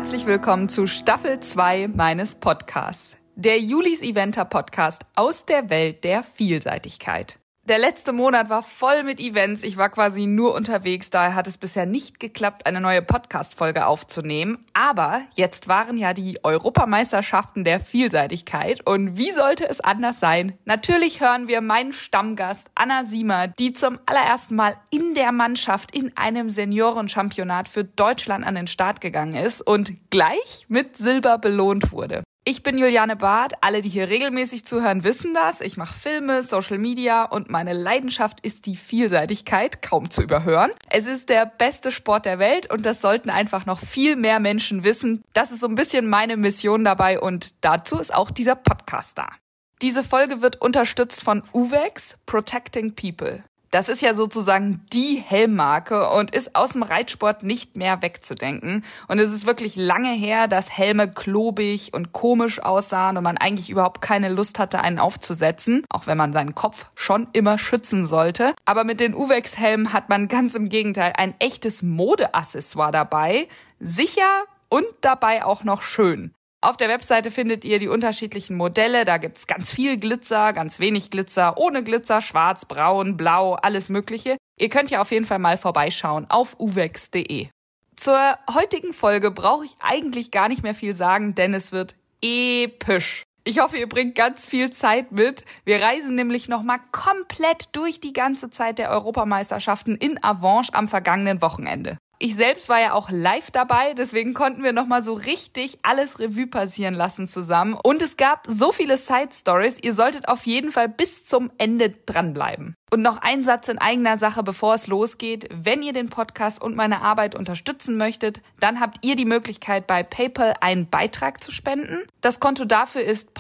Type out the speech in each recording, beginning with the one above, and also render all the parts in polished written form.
herzlich willkommen zu Staffel 2 meines Podcasts, der Julis Eventer Podcast aus der Welt der Vielseitigkeit. Der letzte Monat war voll mit Events, ich war quasi nur unterwegs, daher hat es bisher nicht geklappt, eine neue Podcast-Folge aufzunehmen. Aber jetzt waren ja die Europameisterschaften der Vielseitigkeit und wie sollte es anders sein? Natürlich hören wir meinen Stammgast Anna Siemer, die zum allerersten Mal in der Mannschaft in einem Seniorenchampionat für Deutschland an den Start gegangen ist und gleich mit Silber belohnt wurde. Ich bin Juliane Barth, alle, die hier regelmäßig zuhören, wissen das. Ich mache Filme, Social Media und meine Leidenschaft ist die Vielseitigkeit, kaum zu überhören. Es ist der beste Sport der Welt und das sollten einfach noch viel mehr Menschen wissen. Das ist so ein bisschen meine Mission dabei und dazu ist auch dieser Podcast da. Diese Folge wird unterstützt von Uvex, Protecting People. Das ist ja sozusagen die Helmmarke und ist aus dem Reitsport nicht mehr wegzudenken. Und es ist wirklich lange her, dass Helme klobig und komisch aussahen und man eigentlich überhaupt keine Lust hatte, einen aufzusetzen, auch wenn man seinen Kopf schon immer schützen sollte. Aber mit den Uvex-Helmen hat man ganz im Gegenteil ein echtes Modeaccessoire dabei, sicher und dabei auch noch schön. Auf der Webseite findet ihr die unterschiedlichen Modelle, da gibt's ganz viel Glitzer, ganz wenig Glitzer, ohne Glitzer, schwarz, braun, blau, alles mögliche. Ihr könnt ja auf jeden Fall mal vorbeischauen auf uvex.de. Zur heutigen Folge brauche ich eigentlich gar nicht mehr viel sagen, denn es wird episch. Ich hoffe, ihr bringt ganz viel Zeit mit. Wir reisen nämlich nochmal komplett durch die ganze Zeit der Europameisterschaften in Avenches am vergangenen Wochenende. Ich selbst war ja auch live dabei, deswegen konnten wir nochmal so richtig alles Revue passieren lassen zusammen. Und es gab so viele Side-Stories, ihr solltet auf jeden Fall bis zum Ende dranbleiben. Und noch ein Satz in eigener Sache, bevor es losgeht. Wenn ihr den Podcast und meine Arbeit unterstützen möchtet, dann habt ihr die Möglichkeit, bei PayPal einen Beitrag zu spenden. Das Konto dafür ist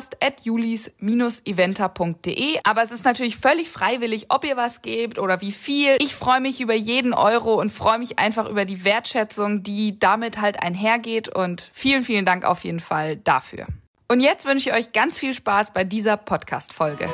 podcast@julis-eventer.de. Aber es ist natürlich völlig freiwillig, ob ihr was gebt oder wie viel. Ich freue mich über jeden Euro und freue mich einfach über die Wertschätzung, die damit halt einhergeht. Und vielen, vielen Dank auf jeden Fall dafür. Und jetzt wünsche ich euch ganz viel Spaß bei dieser Podcast-Folge.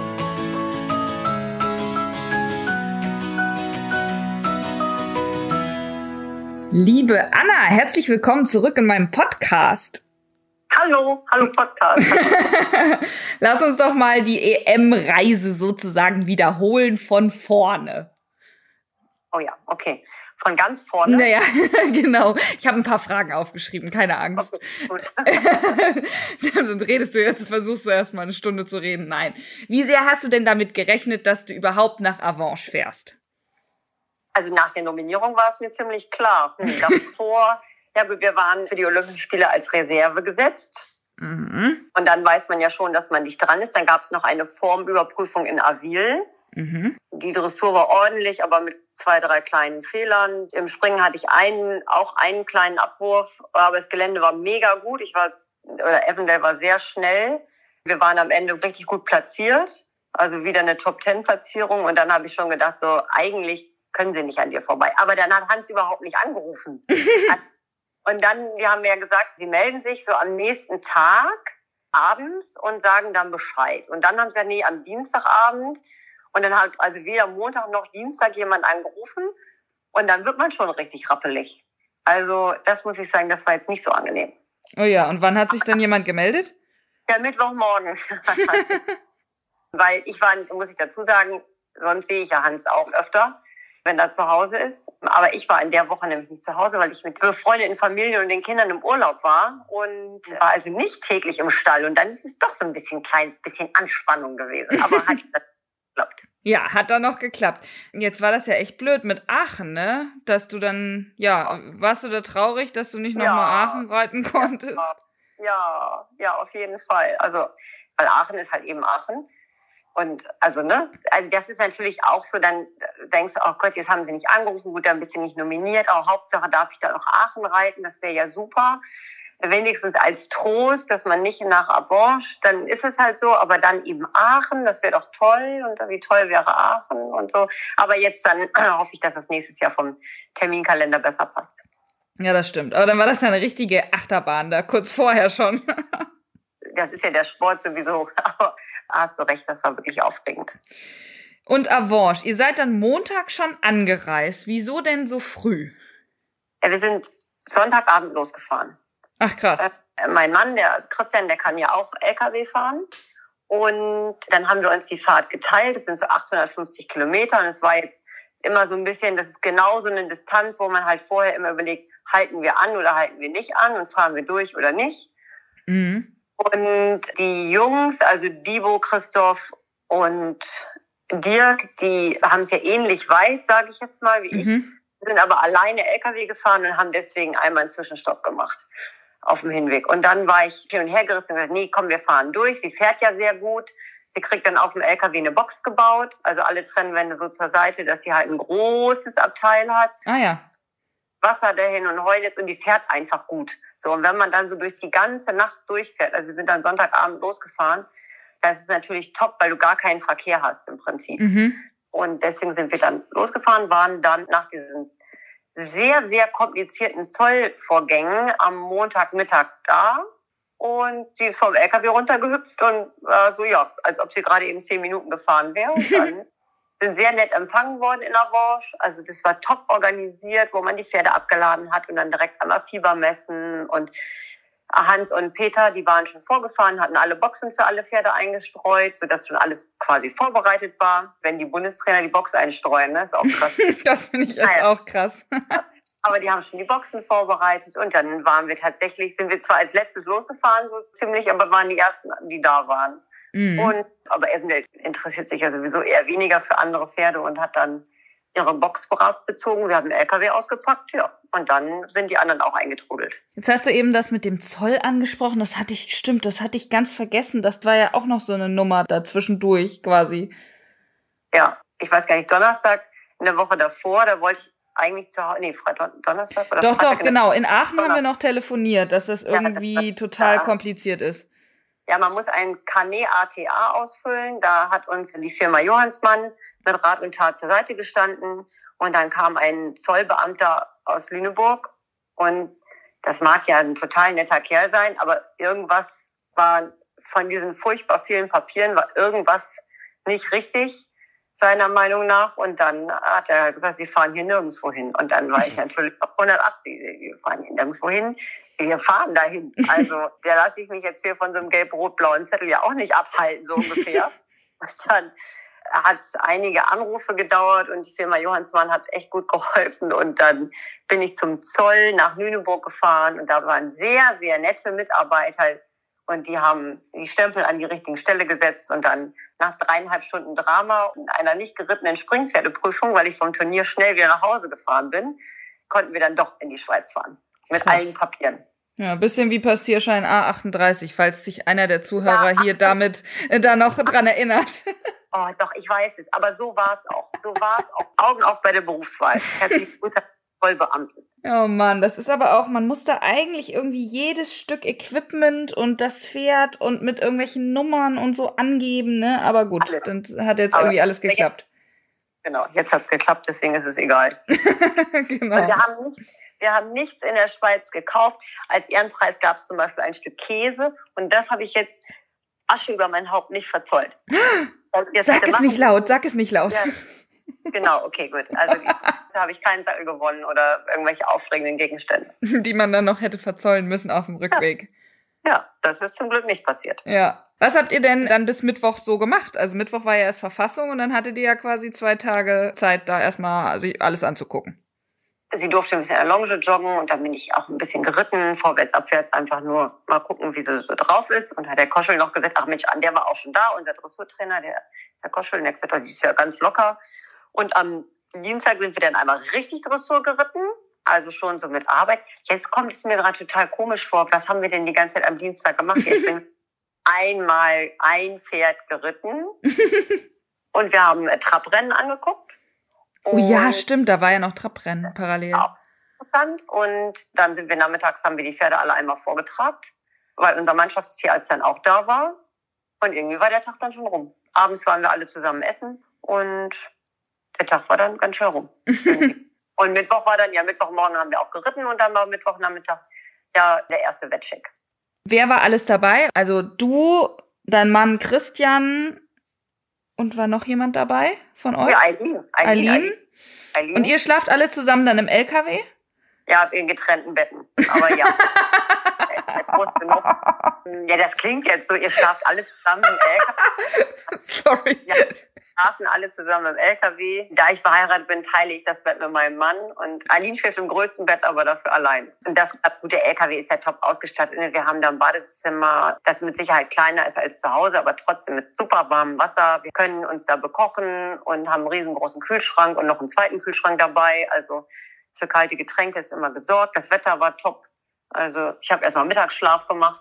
Liebe Anna, herzlich willkommen zurück in meinem Podcast. Hallo Podcast. Lass uns doch mal die EM-Reise sozusagen wiederholen von vorne. Oh ja, okay. Von ganz vorne? Naja, genau. Ich habe ein paar Fragen aufgeschrieben, keine Angst. Okay, gut. Sonst redest du jetzt, versuchst du erst mal eine Stunde zu reden. Nein. Wie sehr hast du denn damit gerechnet, dass du überhaupt nach Avenches fährst? Also nach der Nominierung war es mir ziemlich klar. Davor, ja gut, wir waren für die Olympischen Spiele als Reserve gesetzt. Mhm. Und dann weiß man ja schon, dass man nicht dran ist. Dann gab es noch eine Formüberprüfung in Avil. Mhm. Die Dressur war ordentlich, aber mit 2, 3 kleinen Fehlern. Im Springen hatte ich einen kleinen Abwurf, aber das Gelände war mega gut. Avondale war sehr schnell. Wir waren am Ende richtig gut platziert. Also wieder eine Top-10-Platzierung. Und dann habe ich schon gedacht, so eigentlich können sie nicht an dir vorbei. Aber dann hat Hans überhaupt nicht angerufen. Und dann, die haben mir ja gesagt, sie melden sich so am nächsten Tag abends und sagen dann Bescheid. Und dann haben sie gesagt, nee, am Dienstagabend. Und dann hat also weder Montag noch Dienstag jemand angerufen. Und dann wird man schon richtig rappelig. Also das muss ich sagen, das war jetzt nicht so angenehm. Oh ja, und wann hat sich dann jemand gemeldet? Ja, Mittwochmorgen. Weil muss ich dazu sagen, sonst sehe ich ja Hans auch öfter, wenn er zu Hause ist. Aber ich war in der Woche nämlich nicht zu Hause, weil ich mit befreundeten Familien und den Kindern im Urlaub war und war also nicht täglich im Stall. Und dann ist es doch so ein kleines bisschen Anspannung gewesen. Aber hat geklappt. Ja, hat dann noch geklappt. Jetzt war das ja echt blöd mit Aachen, ne? Dass du dann, warst du da traurig, dass du nicht nochmal Aachen reiten konntest? Ja, auf jeden Fall. Also, weil Aachen ist halt eben Aachen. Und also das ist natürlich auch so, dann denkst du, oh Gott, jetzt haben sie nicht angerufen, gut, dann bist du nicht nominiert, auch Hauptsache darf ich da noch Aachen reiten, das wäre ja super. Wenigstens als Trost, dass man nicht nach Avenches, dann ist es halt so, aber dann eben Aachen, das wäre doch toll und wie toll wäre Aachen und so. Aber jetzt dann hoffe ich, dass das nächstes Jahr vom Terminkalender besser passt. Ja, das stimmt. Aber dann war das ja eine richtige Achterbahn da, kurz vorher schon. Das ist ja der Sport sowieso. Aber hast du recht, das war wirklich aufregend. Und Avenches, ihr seid dann Montag schon angereist. Wieso denn so früh? Ja, wir sind Sonntagabend losgefahren. Ach, krass. Mein Mann, Christian, der kann ja auch LKW fahren. Und dann haben wir uns die Fahrt geteilt. Das sind so 850 Kilometer. Und es war jetzt immer so ein bisschen, das ist genau so eine Distanz, wo man halt vorher immer überlegt, halten wir an oder halten wir nicht an und fahren wir durch oder nicht. Mhm. Und die Jungs, also Dibo, Christoph und Dirk, die haben es ja ähnlich weit, sage ich jetzt mal, wie ich, sind aber alleine LKW gefahren und haben deswegen einmal einen Zwischenstopp gemacht auf dem Hinweg. Und dann war ich hin und her gerissen und gesagt, nee, komm, wir fahren durch. Sie fährt ja sehr gut. Sie kriegt dann auf dem LKW eine Box gebaut, also alle Trennwände so zur Seite, dass sie halt ein großes Abteil hat. Ah ja. Wasser dahin und Heu jetzt und die fährt einfach gut. So, und wenn man dann so durch die ganze Nacht durchfährt, also wir sind dann Sonntagabend losgefahren, das ist natürlich top, weil du gar keinen Verkehr hast im Prinzip. Und deswegen sind wir dann losgefahren, waren dann nach diesen sehr, sehr komplizierten Zollvorgängen am Montagmittag da. Und sie ist vom LKW runtergehüpft und so, ja, als ob sie gerade eben 10 Minuten gefahren wäre. Und dann sind sehr nett empfangen worden in der Worsch. Also das war top organisiert, wo man die Pferde abgeladen hat und dann direkt einmal Fieber messen. Und Hans und Peter, die waren schon vorgefahren, hatten alle Boxen für alle Pferde eingestreut, sodass schon alles quasi vorbereitet war. Wenn die Bundestrainer die Box einstreuen, ne, ist auch krass. Das finde ich jetzt auch krass. Aber die haben schon die Boxen vorbereitet und dann sind wir zwar als letztes losgefahren, so ziemlich, aber waren die ersten, die da waren. Aber Evenel interessiert sich ja sowieso eher weniger für andere Pferde und hat dann ihre Box brav bezogen. Wir haben den LKW ausgepackt, ja. Und dann sind die anderen auch eingetrudelt. Jetzt hast du eben das mit dem Zoll angesprochen. Das hatte ich ganz vergessen. Das war ja auch noch so eine Nummer dazwischendurch quasi. Ja, ich weiß gar nicht, Donnerstag in der Woche davor, da wollte ich eigentlich Donnerstag oder Freitag. Doch, genau. In Aachen haben wir noch telefoniert, dass das irgendwie total kompliziert ist. Ja, man muss ein Carnet ATA ausfüllen. Da hat uns die Firma Johannsmann mit Rat und Tat zur Seite gestanden. Und dann kam ein Zollbeamter aus Lüneburg. Und das mag ja ein total netter Kerl sein, aber irgendwas war von diesen furchtbar vielen Papieren, war irgendwas nicht richtig, seiner Meinung nach. Und dann hat er gesagt, Sie fahren hier nirgendwo hin. Und dann war ich natürlich auf 180, wir fahren hier nirgendwo hin. Wir fahren dahin. Also, da lasse ich mich jetzt hier von so einem gelb-rot-blauen Zettel ja auch nicht abhalten, so ungefähr. Und dann hat es einige Anrufe gedauert und die Firma Johannsmann hat echt gut geholfen. Und dann bin ich zum Zoll nach Lüneburg gefahren und da waren sehr, sehr nette Mitarbeiter und die haben die Stempel an die richtige Stelle gesetzt und dann nach 3,5 Stunden Drama und einer nicht gerittenen Springpferdeprüfung, weil ich vom Turnier schnell wieder nach Hause gefahren bin, konnten wir dann doch in die Schweiz fahren. Mit allen Papieren. Ja, ein bisschen wie Passierschein A38, falls sich einer der Zuhörer hier damit da noch dran erinnert. Oh, doch, ich weiß es. Aber so war es auch. Augen auf bei der Berufswahl. Herzlichen Grüße an die Zollbeamten. Oh Mann, das ist aber auch, man muss da eigentlich irgendwie jedes Stück Equipment und das Pferd und mit irgendwelchen Nummern und so angeben, ne? Aber gut, dann hat jetzt irgendwie alles geklappt. Genau, jetzt hat's geklappt, deswegen ist es egal. Genau. Und wir haben nichts in der Schweiz gekauft. Als Ehrenpreis gab es zum Beispiel ein Stück Käse. Und das habe ich jetzt Asche über mein Haupt nicht verzollt. Sag es nicht laut. Ja, genau, okay, gut. Also da habe ich keinen Sattel gewonnen oder irgendwelche aufregenden Gegenstände. Die man dann noch hätte verzollen müssen auf dem Rückweg. Ja, das ist zum Glück nicht passiert. Ja. Was habt ihr denn dann bis Mittwoch so gemacht? Also Mittwoch war ja erst Verfassung und dann hattet ihr ja quasi 2 Tage Zeit, da erstmal sich alles anzugucken. Sie durfte ein bisschen in der Longe joggen und dann bin ich auch ein bisschen geritten, vorwärts, abwärts, einfach nur mal gucken, wie sie so drauf ist. Und hat der Koschel noch gesagt, ach Mensch, der war auch schon da, unser Dressurtrainer, der Koschel, der gesagt hat, die ist ja ganz locker. Und am Dienstag sind wir dann einmal richtig Dressur geritten, also schon so mit Arbeit. Jetzt kommt es mir gerade total komisch vor, was haben wir denn die ganze Zeit am Dienstag gemacht? Ich bin einmal ein Pferd geritten und wir haben Trabrennen angeguckt. Oh ja, stimmt, da war ja noch Trabrennen parallel. Und dann sind wir nachmittags, haben wir die Pferde alle einmal vorgetrabt, weil unser Mannschaftstierarzt dann auch da war. Und irgendwie war der Tag dann schon rum. Abends waren wir alle zusammen essen und der Tag war dann ganz schnell rum. Und Mittwoch war dann, Mittwochmorgen haben wir auch geritten und dann war Mittwochnachmittag der erste Wettcheck. Wer war alles dabei? Also du, dein Mann Christian und war noch jemand dabei von euch? Ja, Eileen. Und ihr schlaft alle zusammen dann im LKW? Ja, in getrennten Betten. Aber ja. Groß genug. Ja, das klingt jetzt so, ihr schlaft alle zusammen im LKW. Sorry. Ja, wir schlafen alle zusammen im LKW. Da ich verheiratet bin, teile ich das Bett mit meinem Mann. Und Aline schläft im größten Bett, aber dafür allein. Und das gute LKW ist ja top ausgestattet. Wir haben da ein Badezimmer, das mit Sicherheit kleiner ist als zu Hause, aber trotzdem mit super warmem Wasser. Wir können uns da bekochen und haben einen riesengroßen Kühlschrank und noch einen zweiten Kühlschrank dabei. Also für kalte Getränke ist immer gesorgt. Das Wetter war top. Also ich habe erstmal Mittagsschlaf gemacht.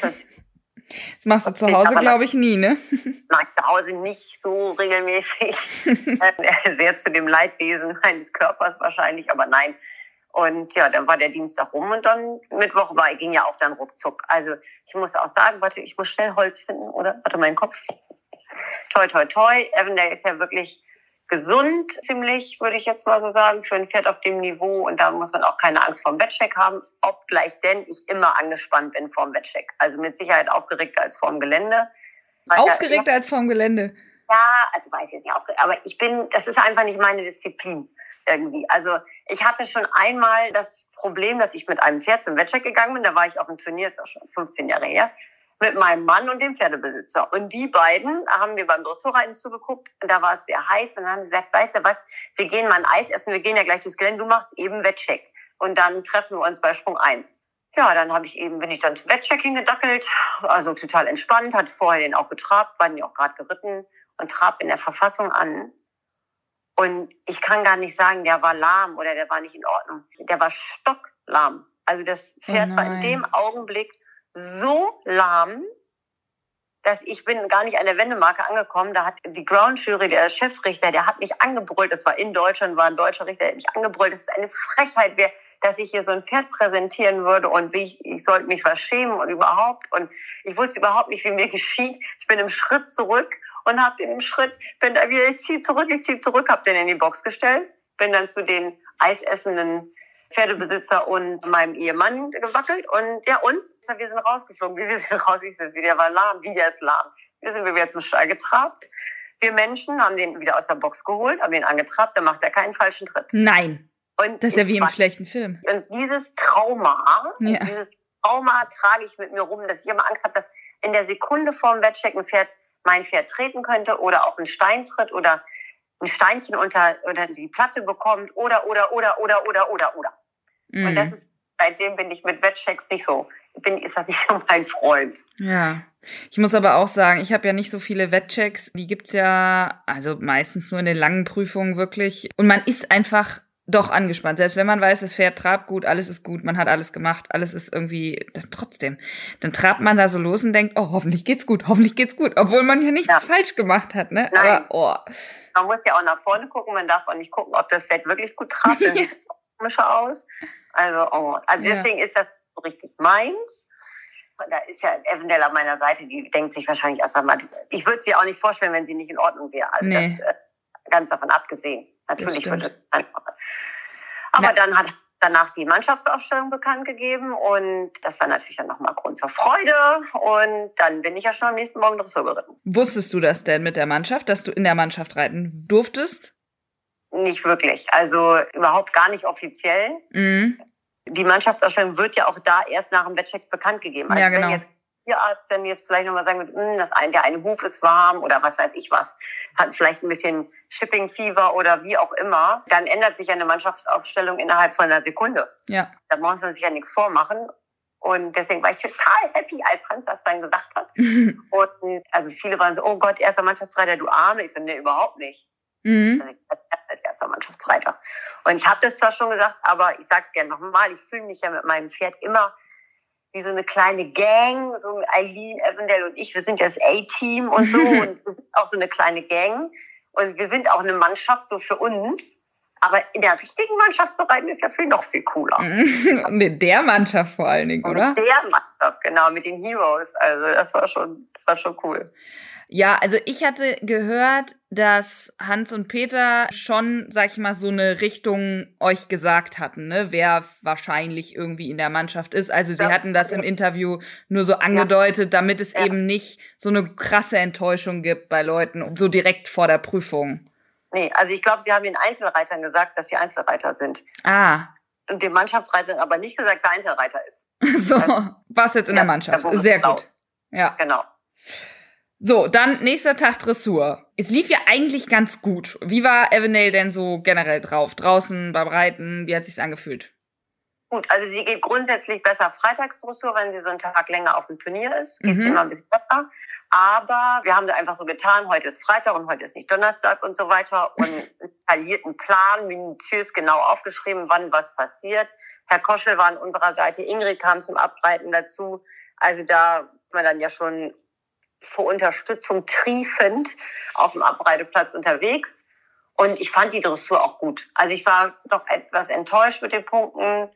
Das machst du zu Hause, glaube ich, nie, ne? Nein, zu Hause nicht so regelmäßig. Sehr zu dem Leidwesen meines Körpers wahrscheinlich, aber nein. Und ja, dann war der Dienstag rum und dann Mittwoch ging ja auch dann ruckzuck. Also ich muss auch sagen, warte, ich muss schnell Holz finden, oder? Warte, mein Kopf. Toi, toi, toi. Evan, ist ja wirklich gesund, ziemlich, würde ich jetzt mal so sagen, für ein Pferd auf dem Niveau. Und da muss man auch keine Angst vor dem Wettcheck haben, obgleich denn ich immer angespannt bin vor dem Wettcheck. Also mit Sicherheit aufgeregter als vor dem Gelände. Aufgeregter als vor dem Gelände? Ja, also weiß ich jetzt nicht aufgeregt, aber das ist einfach nicht meine Disziplin irgendwie. Also ich hatte schon einmal das Problem, dass ich mit einem Pferd zum Wettcheck gegangen bin. Da war ich auf dem Turnier, ist auch schon 15 Jahre her. Mit meinem Mann und dem Pferdebesitzer. Und die beiden haben mir beim Dressurreiten zugeguckt. Und da war es sehr heiß. Und dann haben sie gesagt, weißt du was, wir gehen mal ein Eis essen, wir gehen ja gleich durchs Gelände, du machst eben Wettcheck. Und dann treffen wir uns bei Sprung 1. Ja, dann bin ich dann zum Wettcheck hingedackelt. Also total entspannt, hatte vorher den auch getrabt, war den auch gerade geritten und trab in der Verfassung an. Und ich kann gar nicht sagen, der war lahm oder der war nicht in Ordnung. Der war stocklahm. Also das Pferd war in dem Augenblick so lahm, dass ich bin gar nicht an der Wendemarke angekommen. Da hat die Ground Jury, der Chefrichter, der hat mich angebrüllt. Das war in Deutschland, war ein deutscher Richter, der hat mich angebrüllt. Das ist eine Frechheit, dass ich hier so ein Pferd präsentieren würde und ich sollte mich verschämen und überhaupt. Und ich wusste überhaupt nicht, wie mir geschieht. Ich bin im Schritt zurück und habe den ich ziehe zurück, habe den in die Box gestellt, bin dann zu den eisessenden Pferdebesitzer und meinem Ehemann gewackelt und wir sind rausgeflogen. Wir sind raus, der war lahm, der ist lahm. Wir sind wieder zum Stall getrabt. Wir Menschen haben den wieder aus der Box geholt, haben ihn angetrabt, dann macht er keinen falschen Tritt. Nein. Und das ist ja wie im schlechten Film. Und dieses Trauma trage ich mit mir rum, dass ich immer Angst habe, dass in der Sekunde vor dem Wettcheck mein Pferd treten könnte oder auf einen Stein tritt oder ein Steinchen unter die Platte bekommt oder. Mhm. Und seitdem bin ich mit Wettchecks ist das nicht so mein Freund. Ja, ich muss aber auch sagen, ich habe ja nicht so viele Wettchecks. Die gibt's ja also meistens nur in den langen Prüfungen wirklich. Und man ist einfach doch angespannt. Selbst wenn man weiß, das Pferd trabt gut, alles ist gut, man hat alles gemacht, alles ist irgendwie, trotzdem. Dann trabt man da so los und denkt, oh, hoffentlich geht's gut, obwohl man ja nichts falsch gemacht hat, ne? Nein. Aber, Man muss ja auch nach vorne gucken, man darf auch nicht gucken, ob das Pferd wirklich gut trabt, dann sieht es komischer aus. Also deswegen ist das so richtig meins. Da ist ja Evendell an meiner Seite, die denkt sich wahrscheinlich erst einmal, ich würde sie auch nicht vorstellen, wenn sie nicht in Ordnung wäre. Also das ganz davon abgesehen. Natürlich würde es einfacher. Aber dann hat danach die Mannschaftsaufstellung bekannt gegeben und das war natürlich dann nochmal Grund zur Freude und dann bin ich ja schon am nächsten Morgen Dressur geritten. Wusstest du das denn mit der Mannschaft, dass du in der Mannschaft reiten durftest? Nicht wirklich, also überhaupt gar nicht offiziell. Mhm. Die Mannschaftsausstellung wird ja auch da erst nach dem Wettcheck bekannt gegeben. Also wenn jetzt der Arzt dann jetzt vielleicht nochmal sagen wird, der eine Huf ist warm oder was weiß ich was, hat vielleicht ein bisschen Shipping-Fieber oder wie auch immer, dann ändert sich eine Mannschaftsaufstellung innerhalb von einer Sekunde. Ja. Da muss man sich ja nichts vormachen. Und deswegen war ich total happy, als Hans das dann gesagt hat. Und also viele waren so, oh Gott, erster Mannschaftsreiter, du Arme. Ich so, nee, überhaupt nicht. Mhm. Also ich als erster Mannschaftsreiter. Und ich habe das zwar schon gesagt, aber ich sag's gerne nochmal, ich fühle mich ja mit meinem Pferd immer wie so eine kleine Gang, so Eileen, Evendell und ich, wir sind ja das A-Team und so und wir sind auch so eine kleine Gang und wir sind auch eine Mannschaft so für uns, aber in der richtigen Mannschaft zu reiten ist ja noch viel cooler. Mit der Mannschaft vor allen Dingen, oder? Mit der Mannschaft, genau, mit den Heroes, also das war schon cool. Ja, also ich hatte gehört, dass Hans und Peter schon, sag ich mal, so eine Richtung euch gesagt hatten, ne, wer wahrscheinlich irgendwie in der Mannschaft ist. Also sie hatten das im Interview nur so angedeutet, damit es eben nicht so eine krasse Enttäuschung gibt bei Leuten, so direkt vor der Prüfung. Nee, also ich glaube, sie haben den Einzelreitern gesagt, dass sie Einzelreiter sind. Ah. und dem Mannschaftsreiter aber nicht gesagt, wer Einzelreiter ist. So, warst jetzt in der Mannschaft. Sehr gut. Ja. Genau. So, dann nächster Tag Dressur. Es lief ja eigentlich ganz gut. Wie war Evandale denn so generell drauf? Draußen, beim Reiten, wie hat sich's angefühlt? Gut, also sie geht grundsätzlich besser Freitagsdressur, wenn sie so einen Tag länger auf dem Turnier ist. Geht sie immer ein bisschen besser. Aber wir haben da einfach so getan, heute ist Freitag und heute ist nicht Donnerstag und so weiter. Und einen detaillierten Plan, minutiös genau aufgeschrieben, wann was passiert. Herr Koschel war an unserer Seite, Ingrid kam zum Abreiten dazu. Also da war man dann ja schon vor Unterstützung triefend auf dem Abreiteplatz unterwegs. Und ich fand die Dressur auch gut. Also ich war doch etwas enttäuscht mit den Punkten.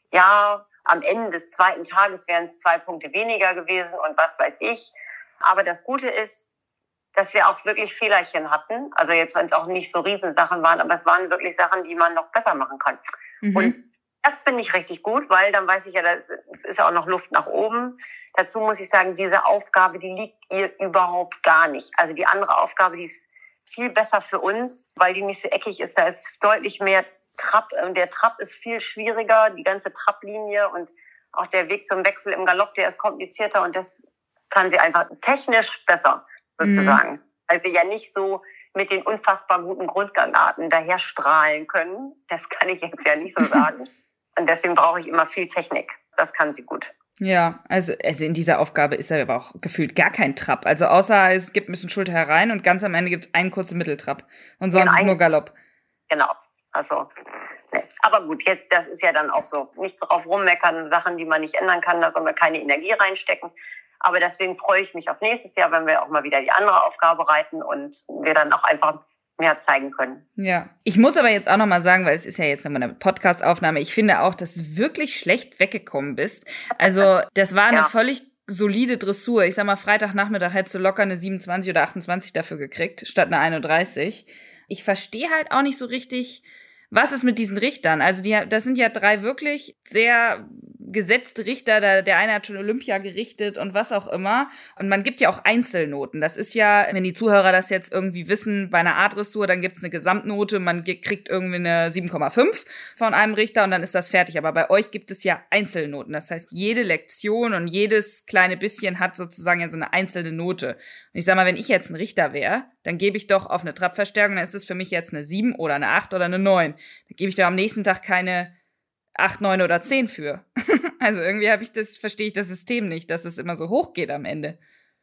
Ja, am Ende des zweiten Tages wären es 2 Punkte weniger gewesen und was weiß ich. Aber das Gute ist, dass wir auch wirklich Fehlerchen hatten. Also jetzt, wenn es auch nicht so Riesensachen waren, aber es waren wirklich Sachen, die man noch besser machen kann. Und das finde ich richtig gut, weil dann weiß ich ja, es ist ja auch noch Luft nach oben. Dazu muss ich sagen, diese Aufgabe, die liegt ihr überhaupt gar nicht. Also die andere Aufgabe, die ist viel besser für uns, weil die nicht so eckig ist. Da ist deutlich mehr Trab. Der Trab ist viel schwieriger, die ganze Trablinie und auch der Weg zum Wechsel im Galopp, der ist komplizierter und das kann sie einfach technisch besser, sozusagen. Weil wir ja nicht so mit den unfassbar guten Grundgangarten daher strahlen können. Das kann ich jetzt ja nicht so sagen. Und deswegen brauche ich immer viel Technik. Das kann sie gut. Ja, also in dieser Aufgabe ist ja aber auch gefühlt gar kein Trab. Also außer es gibt ein bisschen Schulter herein und ganz am Ende gibt es einen kurzen Mitteltrab. Und sonst ist nur Galopp. Genau. Also, ne. Aber gut, jetzt, das ist ja dann auch so. Nicht drauf rummeckern, Sachen, die man nicht ändern kann, da soll man keine Energie reinstecken. Aber deswegen freue ich mich auf nächstes Jahr, wenn wir auch mal wieder die andere Aufgabe reiten und wir dann auch einfach mehr zeigen können. Ja, ich muss aber jetzt auch noch mal sagen, weil es ist ja jetzt nochmal eine Podcast-Aufnahme, ich finde auch, dass du wirklich schlecht weggekommen bist. Also das war eine völlig solide Dressur. Ich sag mal, Freitagnachmittag hättest du locker eine 27 oder 28 dafür gekriegt, statt eine 31. Ich verstehe halt auch nicht so richtig, was ist mit diesen Richtern? Also das sind ja 3 wirklich sehr gesetzte Richter, der eine hat schon Olympia gerichtet und was auch immer. Und man gibt ja auch Einzelnoten. Das ist ja, wenn die Zuhörer das jetzt irgendwie wissen, bei einer A-Dressur, dann gibt's eine Gesamtnote, man kriegt irgendwie eine 7,5 von einem Richter und dann ist das fertig. Aber bei euch gibt es ja Einzelnoten. Das heißt, jede Lektion und jedes kleine bisschen hat sozusagen ja so eine einzelne Note. Und ich sag mal, wenn ich jetzt ein Richter wäre, dann gebe ich doch auf eine Trabverstärkung, dann ist es für mich jetzt eine 7 oder eine 8 oder eine 9. Da gebe ich doch am nächsten Tag keine 8, 9 oder 10 für. Also irgendwie verstehe ich das System nicht, dass es immer so hoch geht am Ende.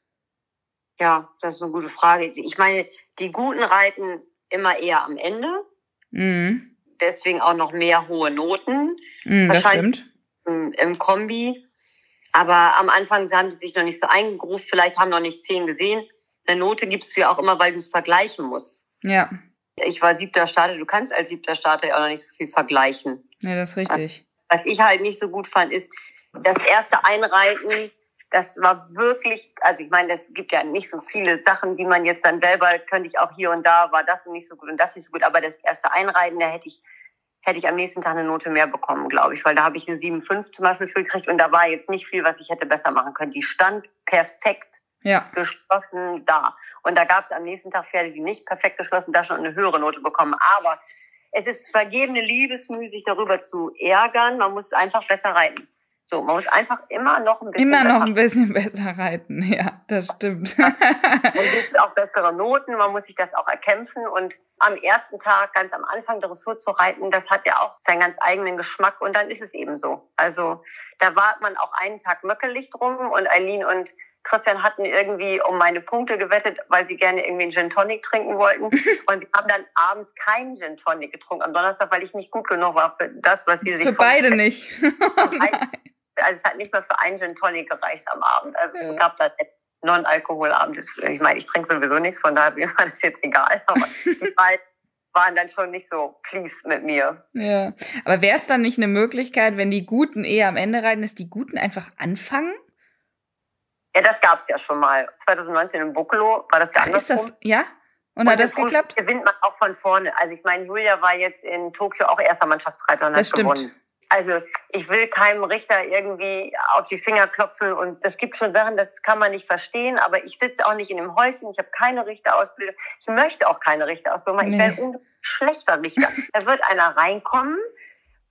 Ja, das ist eine gute Frage. Ich meine, die Guten reiten immer eher am Ende. Deswegen auch noch mehr hohe Noten. Das stimmt. Im Kombi. Aber am Anfang haben die sich noch nicht so eingegruft. Vielleicht haben noch nicht 10 gesehen. Eine Note gibst du ja auch immer, weil du es vergleichen musst. Ja. Ich war 7. Starter. Du kannst als 7. Starter ja auch noch nicht so viel vergleichen. Ja, das ist richtig. Was ich halt nicht so gut fand, ist das erste Einreiten. Das war wirklich, also ich meine, es gibt ja nicht so viele Sachen, die man jetzt dann selber, könnte ich auch hier und da, war das nicht so gut und das nicht so gut. Aber das erste Einreiten, da hätte ich am nächsten Tag eine Note mehr bekommen, glaube ich. Weil da habe ich eine 7,5 zum Beispiel für gekriegt und da war jetzt nicht viel, was ich hätte besser machen können. Die stand perfekt geschlossen da. Und da gab es am nächsten Tag Pferde, die nicht perfekt geschlossen, da schon eine höhere Note bekommen. Aber es ist vergebene Liebesmühe, sich darüber zu ärgern. Man muss einfach besser reiten. So, man muss einfach immer noch ein bisschen besser reiten. Ja, das stimmt. Dann gibt es auch bessere Noten. Man muss sich das auch erkämpfen. Und am ersten Tag, ganz am Anfang Dressur zu reiten, das hat ja auch seinen ganz eigenen Geschmack. Und dann ist es eben so. Also da war man auch einen Tag möckelig drum. Und Eileen und Christian hatten irgendwie um meine Punkte gewettet, weil sie gerne irgendwie einen Gin Tonic trinken wollten. Und sie haben dann abends keinen Gin Tonic getrunken am Donnerstag, weil ich nicht gut genug war für das, was sie sich vorstellen. Für beide nicht. Also es hat nicht mal für einen Gin Tonic gereicht am Abend. Also es gab da Non-Alkoholabend. Ich meine, ich trinke sowieso nichts, von daher war das jetzt egal. Aber die beiden waren dann schon nicht so pleased mit mir. Ja, aber wäre es dann nicht eine Möglichkeit, wenn die Guten eher am Ende reiten, dass die Guten einfach anfangen? Ja, das gab's ja schon mal. 2019 in Buccolo war das ja andersrum. Ist das, ja? Und hat das geklappt? Gewinnt man auch von vorne. Also ich meine, Julia war jetzt in Tokio auch erster Mannschaftsreiter und das hat gewonnen. Also ich will keinem Richter irgendwie auf die Finger klopfen und es gibt schon Sachen, das kann man nicht verstehen, aber ich sitze auch nicht in dem Häuschen, ich habe keine Richterausbildung, ich möchte auch keine Richterausbildung machen, ich wäre ein schlechter Richter. Da wird einer reinkommen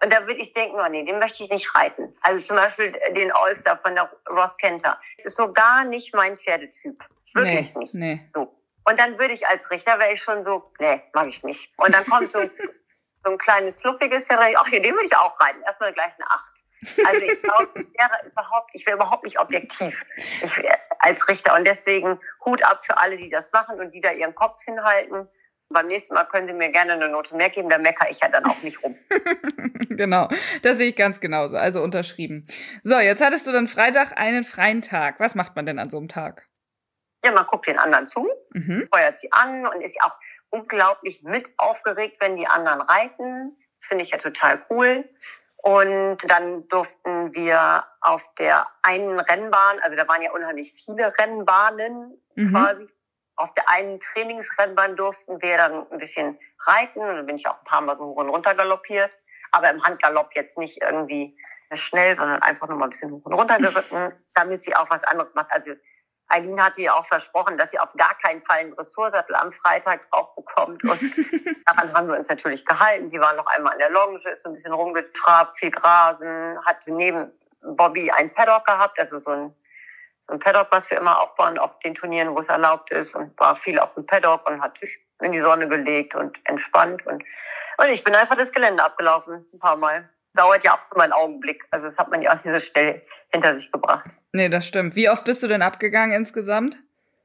Und da würde ich denken, oh nee, den möchte ich nicht reiten. Also zum Beispiel den Ulster von der Ross Kenter. Das ist so gar nicht mein Pferdetyp. Wirklich nicht. Nee. So. Und dann würde ich als Richter, wäre ich schon so, nee, mag ich nicht. Und dann kommt so ein kleines, fluffiges Pferd, ach ja, den würde ich auch reiten. Erstmal gleich eine 8. Also ich glaube, ich wäre überhaupt nicht objektiv als Richter. Und deswegen Hut ab für alle, die das machen und die da ihren Kopf hinhalten. Beim nächsten Mal können Sie mir gerne eine Note mehr geben, da meckere ich ja dann auch nicht rum. Genau, das sehe ich ganz genauso, also unterschrieben. So, jetzt hattest du dann Freitag einen freien Tag. Was macht man denn an so einem Tag? Ja, man guckt den anderen zu, feuert sie an und ist auch unglaublich mit aufgeregt, wenn die anderen reiten. Das finde ich ja total cool. Und dann durften wir auf der einen Rennbahn, also da waren ja unheimlich viele Rennbahnen quasi, auf der einen Trainingsrennbahn durften wir dann ein bisschen reiten. Und dann bin ich auch ein paar Mal so hoch und runter galoppiert. Aber im Handgalopp jetzt nicht irgendwie schnell, sondern einfach nur mal ein bisschen hoch und runter geritten, damit sie auch was anderes macht. Also Eileen hatte ja auch versprochen, dass sie auf gar keinen Fall einen Dressursattel am Freitag drauf bekommt. Und daran haben wir uns natürlich gehalten. Sie war noch einmal in der Longe, ist so ein bisschen rumgetrabt, viel grasen, hat neben Bobby ein Paddock gehabt, also so ein Paddock, was wir immer aufbauen auf den Turnieren, wo es erlaubt ist, und war viel auf dem Paddock und hat sich in die Sonne gelegt und entspannt. Und ich bin einfach das Gelände abgelaufen, ein paar Mal. Dauert ja auch immer einen Augenblick. Also das hat man ja auch nicht so schnell hinter sich gebracht. Nee, das stimmt. Wie oft bist du denn abgegangen insgesamt?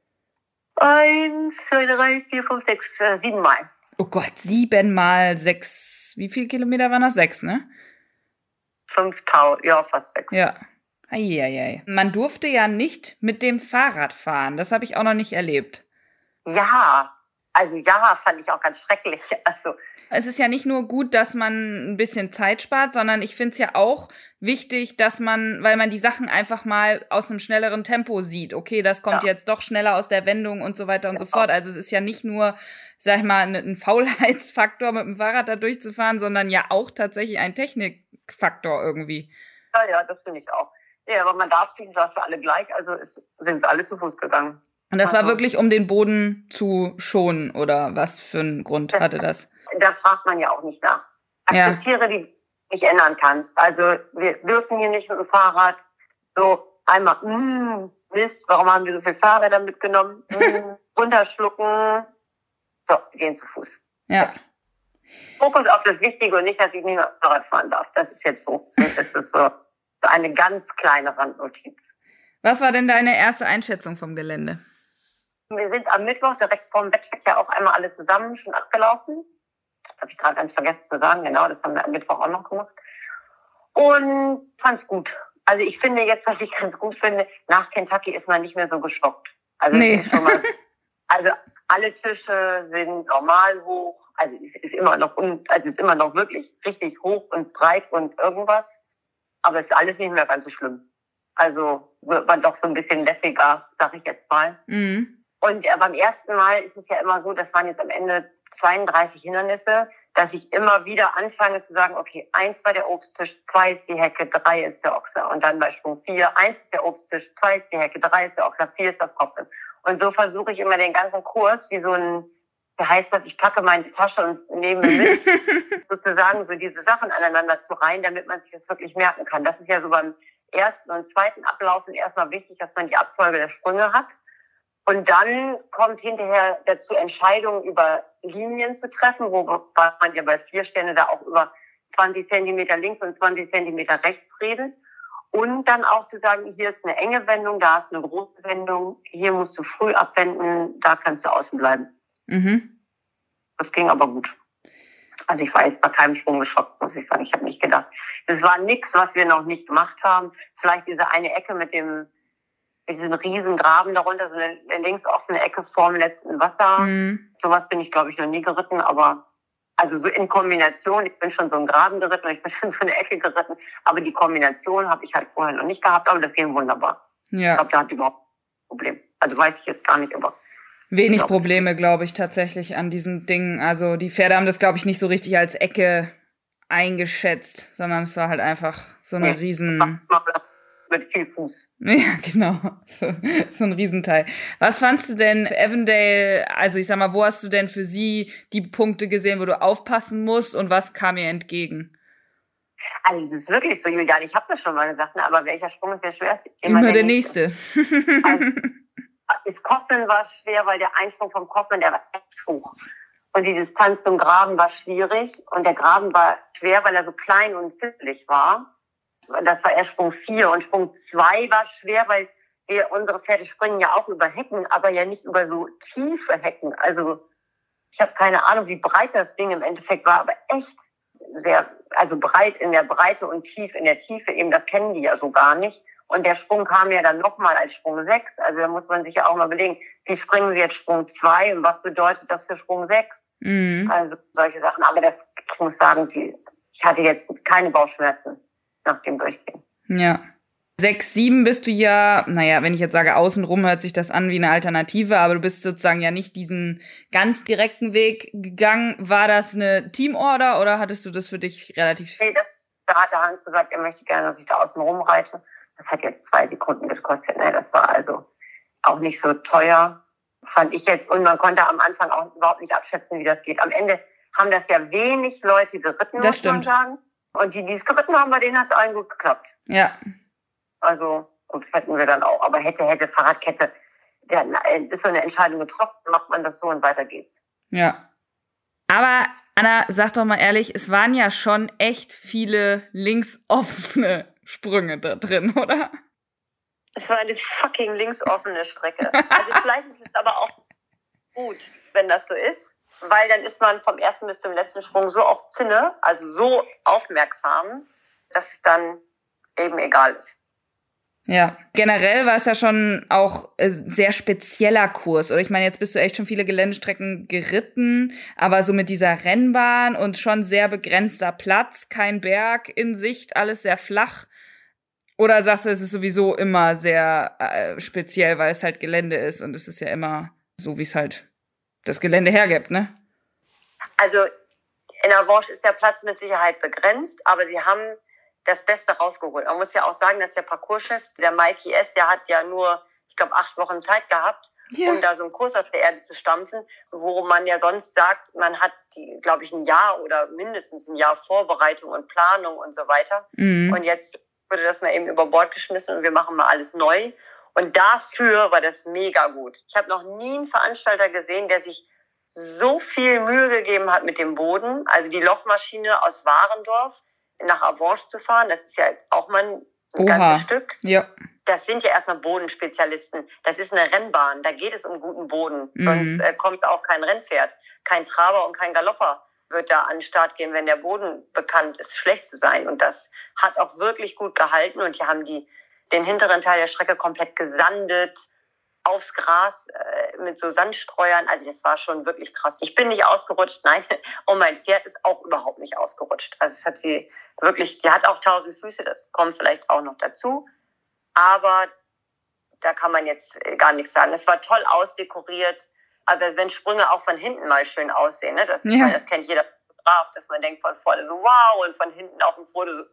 1, 2, 3, 4, 5, 6, 7 Mal. Oh Gott, 7 mal 6. Wie viele Kilometer waren das? 6, ne? 5.000, ja, fast 6. Ja. Eieiei. Man durfte ja nicht mit dem Fahrrad fahren. Das habe ich auch noch nicht erlebt. Ja, fand ich auch ganz schrecklich. Also es ist ja nicht nur gut, dass man ein bisschen Zeit spart, sondern ich finde es ja auch wichtig, dass weil man die Sachen einfach mal aus einem schnelleren Tempo sieht. Okay, das kommt jetzt doch schneller aus der Wendung und so weiter und so fort. Also es ist ja nicht nur, sag ich mal, ein Faulheitsfaktor, mit dem Fahrrad da durchzufahren, sondern ja auch tatsächlich ein Technikfaktor irgendwie. Ja, das finde ich auch. Ja, aber man darf nicht, das für alle gleich, also sind alle zu Fuß gegangen. Und das war wirklich, um den Boden zu schonen, oder was für einen Grund hatte das? Da fragt man ja auch nicht nach. Akzeptiere, die du nicht ändern kannst. Also wir dürfen hier nicht mit dem Fahrrad so einmal, Mist, warum haben wir so viel Fahrräder mitgenommen? Runterschlucken. So, wir gehen zu Fuß. Ja. Fokus auf das Wichtige und nicht, dass ich nicht mehr Fahrrad fahren darf. Das ist jetzt so. Das ist so eine ganz kleine Randnotiz. Was war denn deine erste Einschätzung vom Gelände? Wir sind am Mittwoch direkt vorm Wettcheck ja auch einmal alle zusammen schon abgelaufen. Das habe ich gerade ganz vergessen zu sagen. Genau, das haben wir am Mittwoch auch noch gemacht. Und fand's gut. Also ich finde jetzt, was ich ganz gut finde, nach Kentucky ist man nicht mehr so geschockt. Also nee. Also alle Tische sind normal hoch. Also es ist immer noch wirklich richtig hoch und breit und irgendwas. Aber es ist alles nicht mehr ganz so schlimm. Also wird man doch so ein bisschen lässiger, sag ich jetzt mal. Mhm. Und beim ersten Mal ist es ja immer so, das waren jetzt am Ende 32 Hindernisse, dass ich immer wieder anfange zu sagen, okay, 1 war der Obsttisch, 2 ist die Hecke, 3 ist der Ochser. Und dann bei Sprung 4, 1 ist der Obsttisch, 2 ist die Hecke, 3 ist der Ochser, 4 ist das Koppeln. Und so versuche ich immer den ganzen Kurs wie so ein, wie heißt das, ich packe meine Tasche und nehme mit, sozusagen so diese Sachen aneinander zu reihen, damit man sich das wirklich merken kann. Das ist ja so beim ersten und zweiten Ablaufen erstmal wichtig, dass man die Abfolge der Sprünge hat. Und dann kommt hinterher dazu, Entscheidungen über Linien zu treffen, wo man ja bei 4 Sterne da auch über 20 Zentimeter links und 20 Zentimeter rechts redet. Und dann auch zu sagen, hier ist eine enge Wendung, da ist eine große Wendung, hier musst du früh abwenden, da kannst du außen bleiben. Mhm. Das ging aber gut. Also ich war jetzt bei keinem Sprung geschockt, muss ich sagen. Ich habe nicht gedacht. Das war nichts, was wir noch nicht gemacht haben. Vielleicht diese eine Ecke mit diesem riesen Graben darunter, so eine links offene Ecke vorm letzten Wasser. Mhm. Sowas bin ich, glaube ich, noch nie geritten, aber also so in Kombination, ich bin schon so einen Graben geritten und ich bin schon so eine Ecke geritten, aber die Kombination habe ich halt vorher noch nicht gehabt, aber das ging wunderbar. Ja. Ich glaube, da hat überhaupt kein Problem. Also weiß ich jetzt gar nicht, aber wenig Probleme, glaube ich, tatsächlich an diesem Ding. Also die Pferde haben das, glaube ich, nicht so richtig als Ecke eingeschätzt, sondern es war halt einfach so eine riesen... Mit viel Fuß. Ja, genau. So ein Riesenteil. Was fandst du denn für Avondale, also ich sag mal, wo hast du denn für sie die Punkte gesehen, wo du aufpassen musst und was kam ihr entgegen? Also es ist wirklich so, Julian, ich habe das schon mal gesagt, ne? Aber welcher Sprung ist der schwerste? Immer der nächste. Also, das Koffern war schwer, weil der Einsprung vom Koffern, der war echt hoch. Und die Distanz zum Graben war schwierig. Und der Graben war schwer, weil er so klein und fippelig war. Das war erst Sprung 4. Und Sprung 2 war schwer, weil unsere Pferde springen ja auch über Hecken, aber ja nicht über so tiefe Hecken. Also ich habe keine Ahnung, wie breit das Ding im Endeffekt war, aber echt sehr, also breit in der Breite und tief in der Tiefe. Eben, das kennen die ja so gar nicht. Und der Sprung kam ja dann nochmal als Sprung 6. Also da muss man sich ja auch mal überlegen, wie springen sie jetzt Sprung 2 und was bedeutet das für Sprung 6? Mhm. Also solche Sachen. Aber ich muss sagen, ich hatte jetzt keine Bauchschmerzen nach dem Durchgehen. Ja. 6, 7 bist du ja, naja, wenn ich jetzt sage, außenrum hört sich das an wie eine Alternative, aber du bist sozusagen ja nicht diesen ganz direkten Weg gegangen. War das eine Teamorder oder hattest du das für dich relativ... Nee, da hat der Hans gesagt, er möchte gerne, dass ich da außenrum reite. Das hat jetzt 2 Sekunden gekostet. Ne? Das war also auch nicht so teuer, fand ich jetzt. Und man konnte am Anfang auch überhaupt nicht abschätzen, wie das geht. Am Ende haben das ja wenig Leute geritten, muss man sagen. Und die es geritten haben, bei denen hat es allen gut geklappt. Ja. Also, gut, hätten wir dann auch. Aber hätte, Fahrradkette, ist so eine Entscheidung getroffen, macht man das so und weiter geht's. Ja. Aber, Anna, sag doch mal ehrlich, es waren ja schon echt viele linksoffene Sprünge da drin, oder? Es war eine fucking linksoffene Strecke. Also vielleicht ist es aber auch gut, wenn das so ist, weil dann ist man vom ersten bis zum letzten Sprung so auf Zinne, also so aufmerksam, dass es dann eben egal ist. Ja, generell war es ja schon auch sehr spezieller Kurs. Oder ich meine, jetzt bist du echt schon viele Geländestrecken geritten, aber so mit dieser Rennbahn und schon sehr begrenzter Platz, kein Berg in Sicht, alles sehr flach. Oder sagst du, es ist sowieso immer sehr speziell, weil es halt Gelände ist und es ist ja immer so, wie es halt das Gelände hergibt, ne? Also in Avenches ist der Platz mit Sicherheit begrenzt, aber sie haben das Beste rausgeholt. Man muss ja auch sagen, dass der Parcourschef, der Mikey S., der hat ja nur, ich glaube, 8 Wochen Zeit gehabt, um da so einen Kurs auf der Erde zu stampfen, wo man ja sonst sagt, man hat, glaube ich, ein Jahr oder mindestens ein Jahr Vorbereitung und Planung und so weiter. Mhm. Und jetzt wurde das mal eben über Bord geschmissen und wir machen mal alles neu. Und dafür war das mega gut. Ich habe noch nie einen Veranstalter gesehen, der sich so viel Mühe gegeben hat mit dem Boden. Also die Lochmaschine aus Warendorf nach Avenches zu fahren, das ist ja auch mal ein ganzes Stück. Ja. Das sind ja erstmal Bodenspezialisten. Das ist eine Rennbahn, da geht es um guten Boden. Mhm. Sonst kommt auch kein Rennpferd, kein Traber und kein Galopper wird da an den Start gehen, wenn der Boden bekannt ist, schlecht zu sein. Und das hat auch wirklich gut gehalten und die haben den hinteren Teil der Strecke komplett gesandet, aufs Gras mit so Sandstreuern. Also das war schon wirklich krass. Ich bin nicht ausgerutscht, nein. Und mein Pferd ist auch überhaupt nicht ausgerutscht. Also es hat sie wirklich, die hat auch 1000 Füße, das kommt vielleicht auch noch dazu. Aber da kann man jetzt gar nichts sagen. Es war toll ausdekoriert. Aber wenn Sprünge auch von hinten mal schön aussehen, ne? Das kennt jeder Fotograf, dass man denkt von vorne so wow und von hinten auf dem Foto so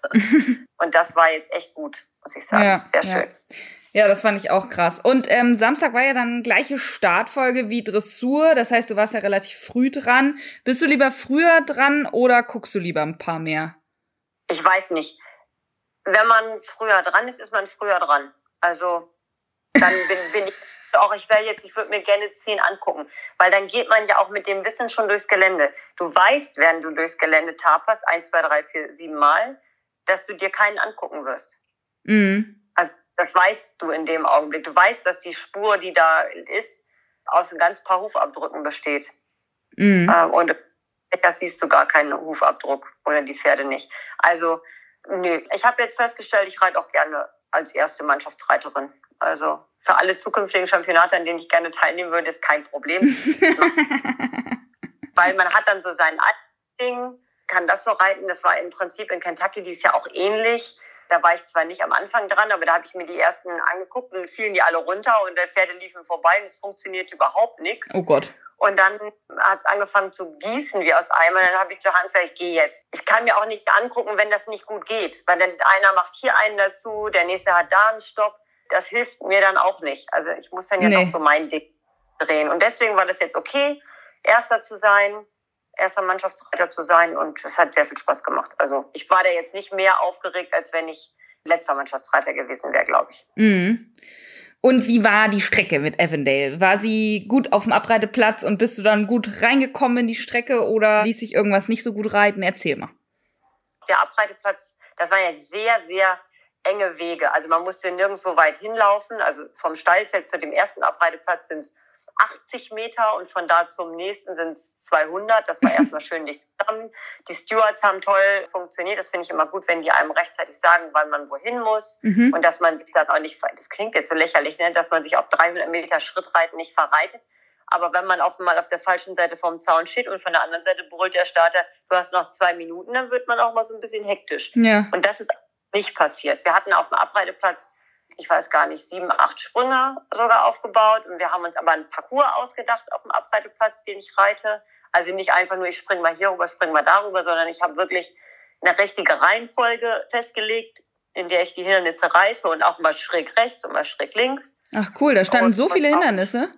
Und das war jetzt echt gut, muss ich sagen. Ja, sehr schön. Ja, das fand ich auch krass. Und Samstag war ja dann gleiche Startfolge wie Dressur. Das heißt, du warst ja relativ früh dran. Bist du lieber früher dran oder guckst du lieber ein paar mehr? Ich weiß nicht. Wenn man früher dran ist, ist man früher dran. Also dann bin ich auch, ich würde mir gerne 10 angucken. Weil dann geht man ja auch mit dem Wissen schon durchs Gelände. Du weißt, während du durchs Gelände taperst, 1, 2, 3, 4, 7 Mal, dass du dir keinen angucken wirst. Mhm. Also das weißt du in dem Augenblick. Du weißt, dass die Spur, die da ist, aus ein ganz paar Hufabdrücken besteht. Mhm. Und das siehst du gar keinen Hufabdruck oder die Pferde nicht. Also, nö. Ich habe jetzt festgestellt, ich reite auch gerne als erste Mannschaftsreiterin. Also für alle zukünftigen Championate, an denen ich gerne teilnehmen würde, ist kein Problem. Weil man hat dann so sein Ding, kann das so reiten. Das war im Prinzip in Kentucky, die ist ja auch ähnlich. Da war ich zwar nicht am Anfang dran, aber da habe ich mir die ersten angeguckt und fielen die alle runter und die Pferde liefen vorbei und es funktionierte überhaupt nichts. Oh Gott. Und dann hat es angefangen zu gießen wie aus Eimern. Dann habe ich zur Hand gesagt, ich gehe jetzt. Ich kann mir auch nicht angucken, wenn das nicht gut geht. Weil dann einer macht hier einen dazu, der nächste hat da einen Stopp. Das hilft mir dann auch nicht. Also ich muss dann jetzt auch so mein Ding drehen. Und deswegen war das jetzt okay, Erster zu sein. erster Mannschaftsreiter zu sein und es hat sehr viel Spaß gemacht. Also ich war da jetzt nicht mehr aufgeregt, als wenn ich letzter Mannschaftsreiter gewesen wäre, glaube ich. Mhm. Und wie war die Strecke mit Avondale? War sie gut auf dem Abreiteplatz und bist du dann gut reingekommen in die Strecke oder ließ sich irgendwas nicht so gut reiten? Erzähl mal. Der Abreiteplatz, das waren ja sehr, sehr enge Wege. Also man musste nirgendwo weit hinlaufen. Also vom Stallzelt zu dem ersten Abreiteplatz sind es 80 Meter und von da zum nächsten sind es 200. Das war erstmal schön dicht zusammen. Die Stewards haben toll funktioniert. Das finde ich immer gut, wenn die einem rechtzeitig sagen, wann man wohin muss. Mhm. Und dass man sich dann auch nicht, das klingt jetzt so lächerlich, ne, dass man sich auf 300 Meter Schrittreiten nicht verreitet. Aber wenn man mal auf der falschen Seite vom Zaun steht und von der anderen Seite brüllt der Starter, du hast noch 2 Minuten, dann wird man auch mal so ein bisschen hektisch. Ja. Und das ist nicht passiert. Wir hatten auf dem Abreiteplatz, ich weiß gar nicht, 7, 8 Sprünge sogar aufgebaut. Und wir haben uns aber einen Parcours ausgedacht auf dem Abreiteplatz, den ich reite. Also nicht einfach nur, ich springe mal hier rüber, springe mal darüber, sondern ich habe wirklich eine richtige Reihenfolge festgelegt, in der ich die Hindernisse reite und auch mal schräg rechts und mal schräg links. Ach cool, da standen so viele Hindernisse.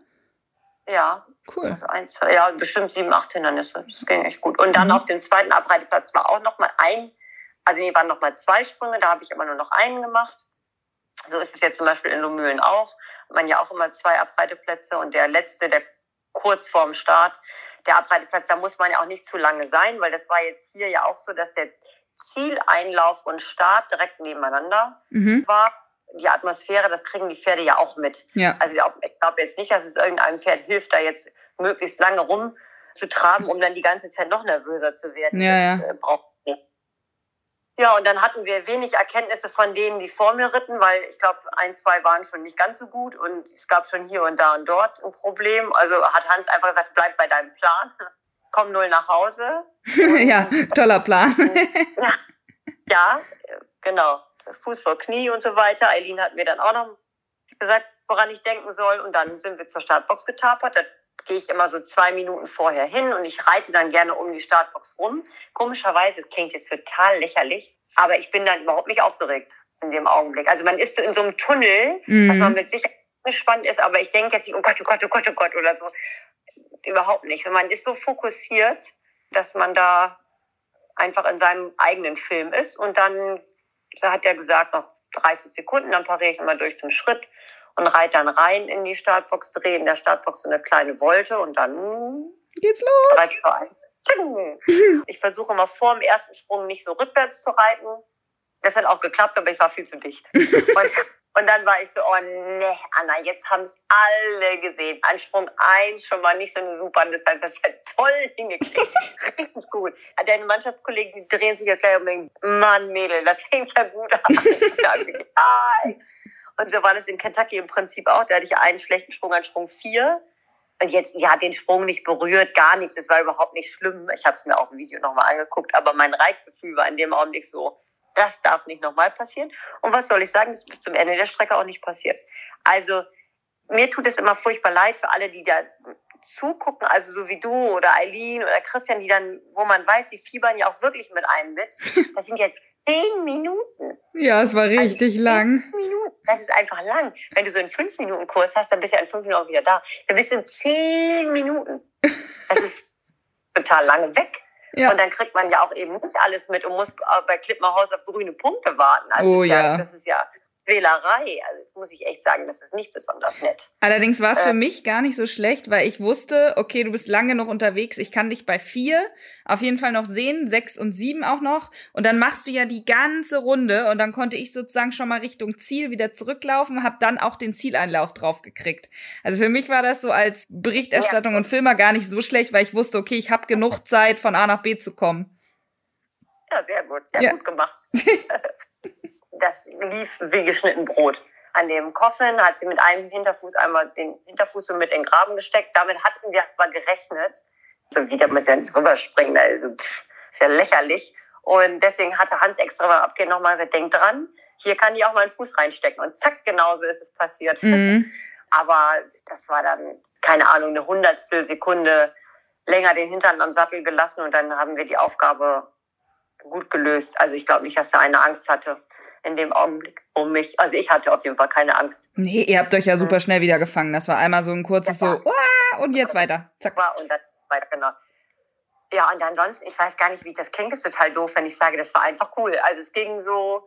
Ja, cool. Also 1, 2, ja, bestimmt 7, 8 Hindernisse. Das ging echt gut. Und dann auf dem zweiten Abreiteplatz war auch nochmal waren nochmal 2 Sprünge, da habe ich aber nur noch einen gemacht. So ist es jetzt zum Beispiel in Lohmühlen auch. Man ja auch immer 2 Abreiteplätze und der letzte, der kurz vorm Start, der Abreiteplatz, da muss man ja auch nicht zu lange sein, weil das war jetzt hier ja auch so, dass der Zieleinlauf und Start direkt nebeneinander war. Die Atmosphäre, das kriegen die Pferde ja auch mit. Ja. Also ich glaube jetzt nicht, dass es irgendeinem Pferd hilft, da jetzt möglichst lange rumzutraben, um dann die ganze Zeit noch nervöser zu werden. Ja, das braucht nicht. Ja, und dann hatten wir wenig Erkenntnisse von denen, die vor mir ritten, weil ich glaube, 1, 2 waren schon nicht ganz so gut und es gab schon hier und da und dort ein Problem. Also hat Hans einfach gesagt, bleib bei deinem Plan, komm 0 nach Hause. Ja, toller Plan. Ja, genau. Fuß vor Knie und so weiter. Eileen hat mir dann auch noch gesagt, woran ich denken soll. Und dann sind wir zur Startbox getapert. Da gehe ich immer so 2 Minuten vorher hin und ich reite dann gerne um die Startbox rum. Komischerweise, es klingt jetzt total lächerlich, aber ich bin dann überhaupt nicht aufgeregt in dem Augenblick. Also man ist so in so einem Tunnel, dass man mit sich gespannt ist, aber ich denke jetzt nicht, oh Gott, oh Gott, oh Gott, oh Gott oder so. Überhaupt nicht. Man ist so fokussiert, dass man da einfach in seinem eigenen Film ist und dann hat er gesagt, noch 30 Sekunden, dann pariere ich immer durch zum Schritt und reite dann rein in die Startbox, drehe in der Startbox so eine kleine Volte und dann geht's los. 3, 2, 1. Ich versuche immer vor dem ersten Sprung nicht so rückwärts zu reiten. Das hat auch geklappt, aber ich war viel zu dicht. Und dann war ich so, oh ne, Anna, jetzt haben es alle gesehen. An Sprung 1 schon mal nicht so eine super Distanz. Das ist ja toll hingekriegt. Richtig gut. Deine Mannschaftskollegen, die drehen sich jetzt gleich um und denken, Mann, Mädel, das fängt ja gut an. Und so war das in Kentucky im Prinzip auch. Da hatte ich einen schlechten Sprung an Sprung 4. Und jetzt, ja, den Sprung nicht berührt, gar nichts. Es war überhaupt nicht schlimm. Ich habe es mir auch im Video nochmal angeguckt. Aber mein Reitgefühl war in dem Augenblick so, das darf nicht nochmal passieren. Und was soll ich sagen, das ist bis zum Ende der Strecke auch nicht passiert. Also mir tut es immer furchtbar leid für alle, die da zugucken, also so wie du oder Eileen oder Christian, die dann, wo man weiß, die fiebern ja auch wirklich mit einem mit. Das sind ja 10 Minuten. Ja, es war richtig lang. 10 Minuten, das ist einfach lang. Wenn du so einen 5-Minuten-Kurs hast, dann bist du ja in 5 Minuten auch wieder da. Dann bist du in 10 Minuten. Das ist total lange weg. Ja. Und dann kriegt man ja auch eben nicht alles mit und muss bei Klippmerhaus auf grüne Punkte warten. Also das ist ja Wählerei. Also das muss ich echt sagen, das ist nicht besonders nett. Allerdings war es für mich gar nicht so schlecht, weil ich wusste, okay, du bist lange noch unterwegs, ich kann dich bei 4 auf jeden Fall noch sehen, 6 und 7 auch noch. Und dann machst du ja die ganze Runde und dann konnte ich sozusagen schon mal Richtung Ziel wieder zurücklaufen, habe dann auch den Zieleinlauf drauf gekriegt. Also für mich war das so als Berichterstattung und Filmer gar nicht so schlecht, weil ich wusste, okay, ich habe genug Zeit, von A nach B zu kommen. Ja, sehr gut. Sehr gut gemacht. Das lief wie geschnitten Brot. An dem Coffin hat sie mit einem Hinterfuß einmal den Hinterfuß so mit in den Graben gesteckt. Damit hatten wir aber gerechnet. So wieder muss ja rüberspringen. Also, ist ja lächerlich. Und deswegen hatte Hans extra beim Abgehen nochmal gesagt, denk dran, hier kann die auch mal einen Fuß reinstecken. Und zack, genauso ist es passiert. Aber das war dann, keine Ahnung, eine Hundertstel Sekunde länger den Hintern am Sattel gelassen. Und dann haben wir die Aufgabe gut gelöst. Also ich glaube nicht, dass da eine Angst hatte in dem Augenblick um mich. Also ich hatte auf jeden Fall keine Angst. Nee, ihr habt euch ja super schnell wieder gefangen. Das war einmal so ein kurzes so, und jetzt weiter. Zack. Und dann weiter, genau. Ja, und ansonsten, ich weiß gar nicht, wie das klingt, ist total doof, wenn ich sage, das war einfach cool. Also es ging so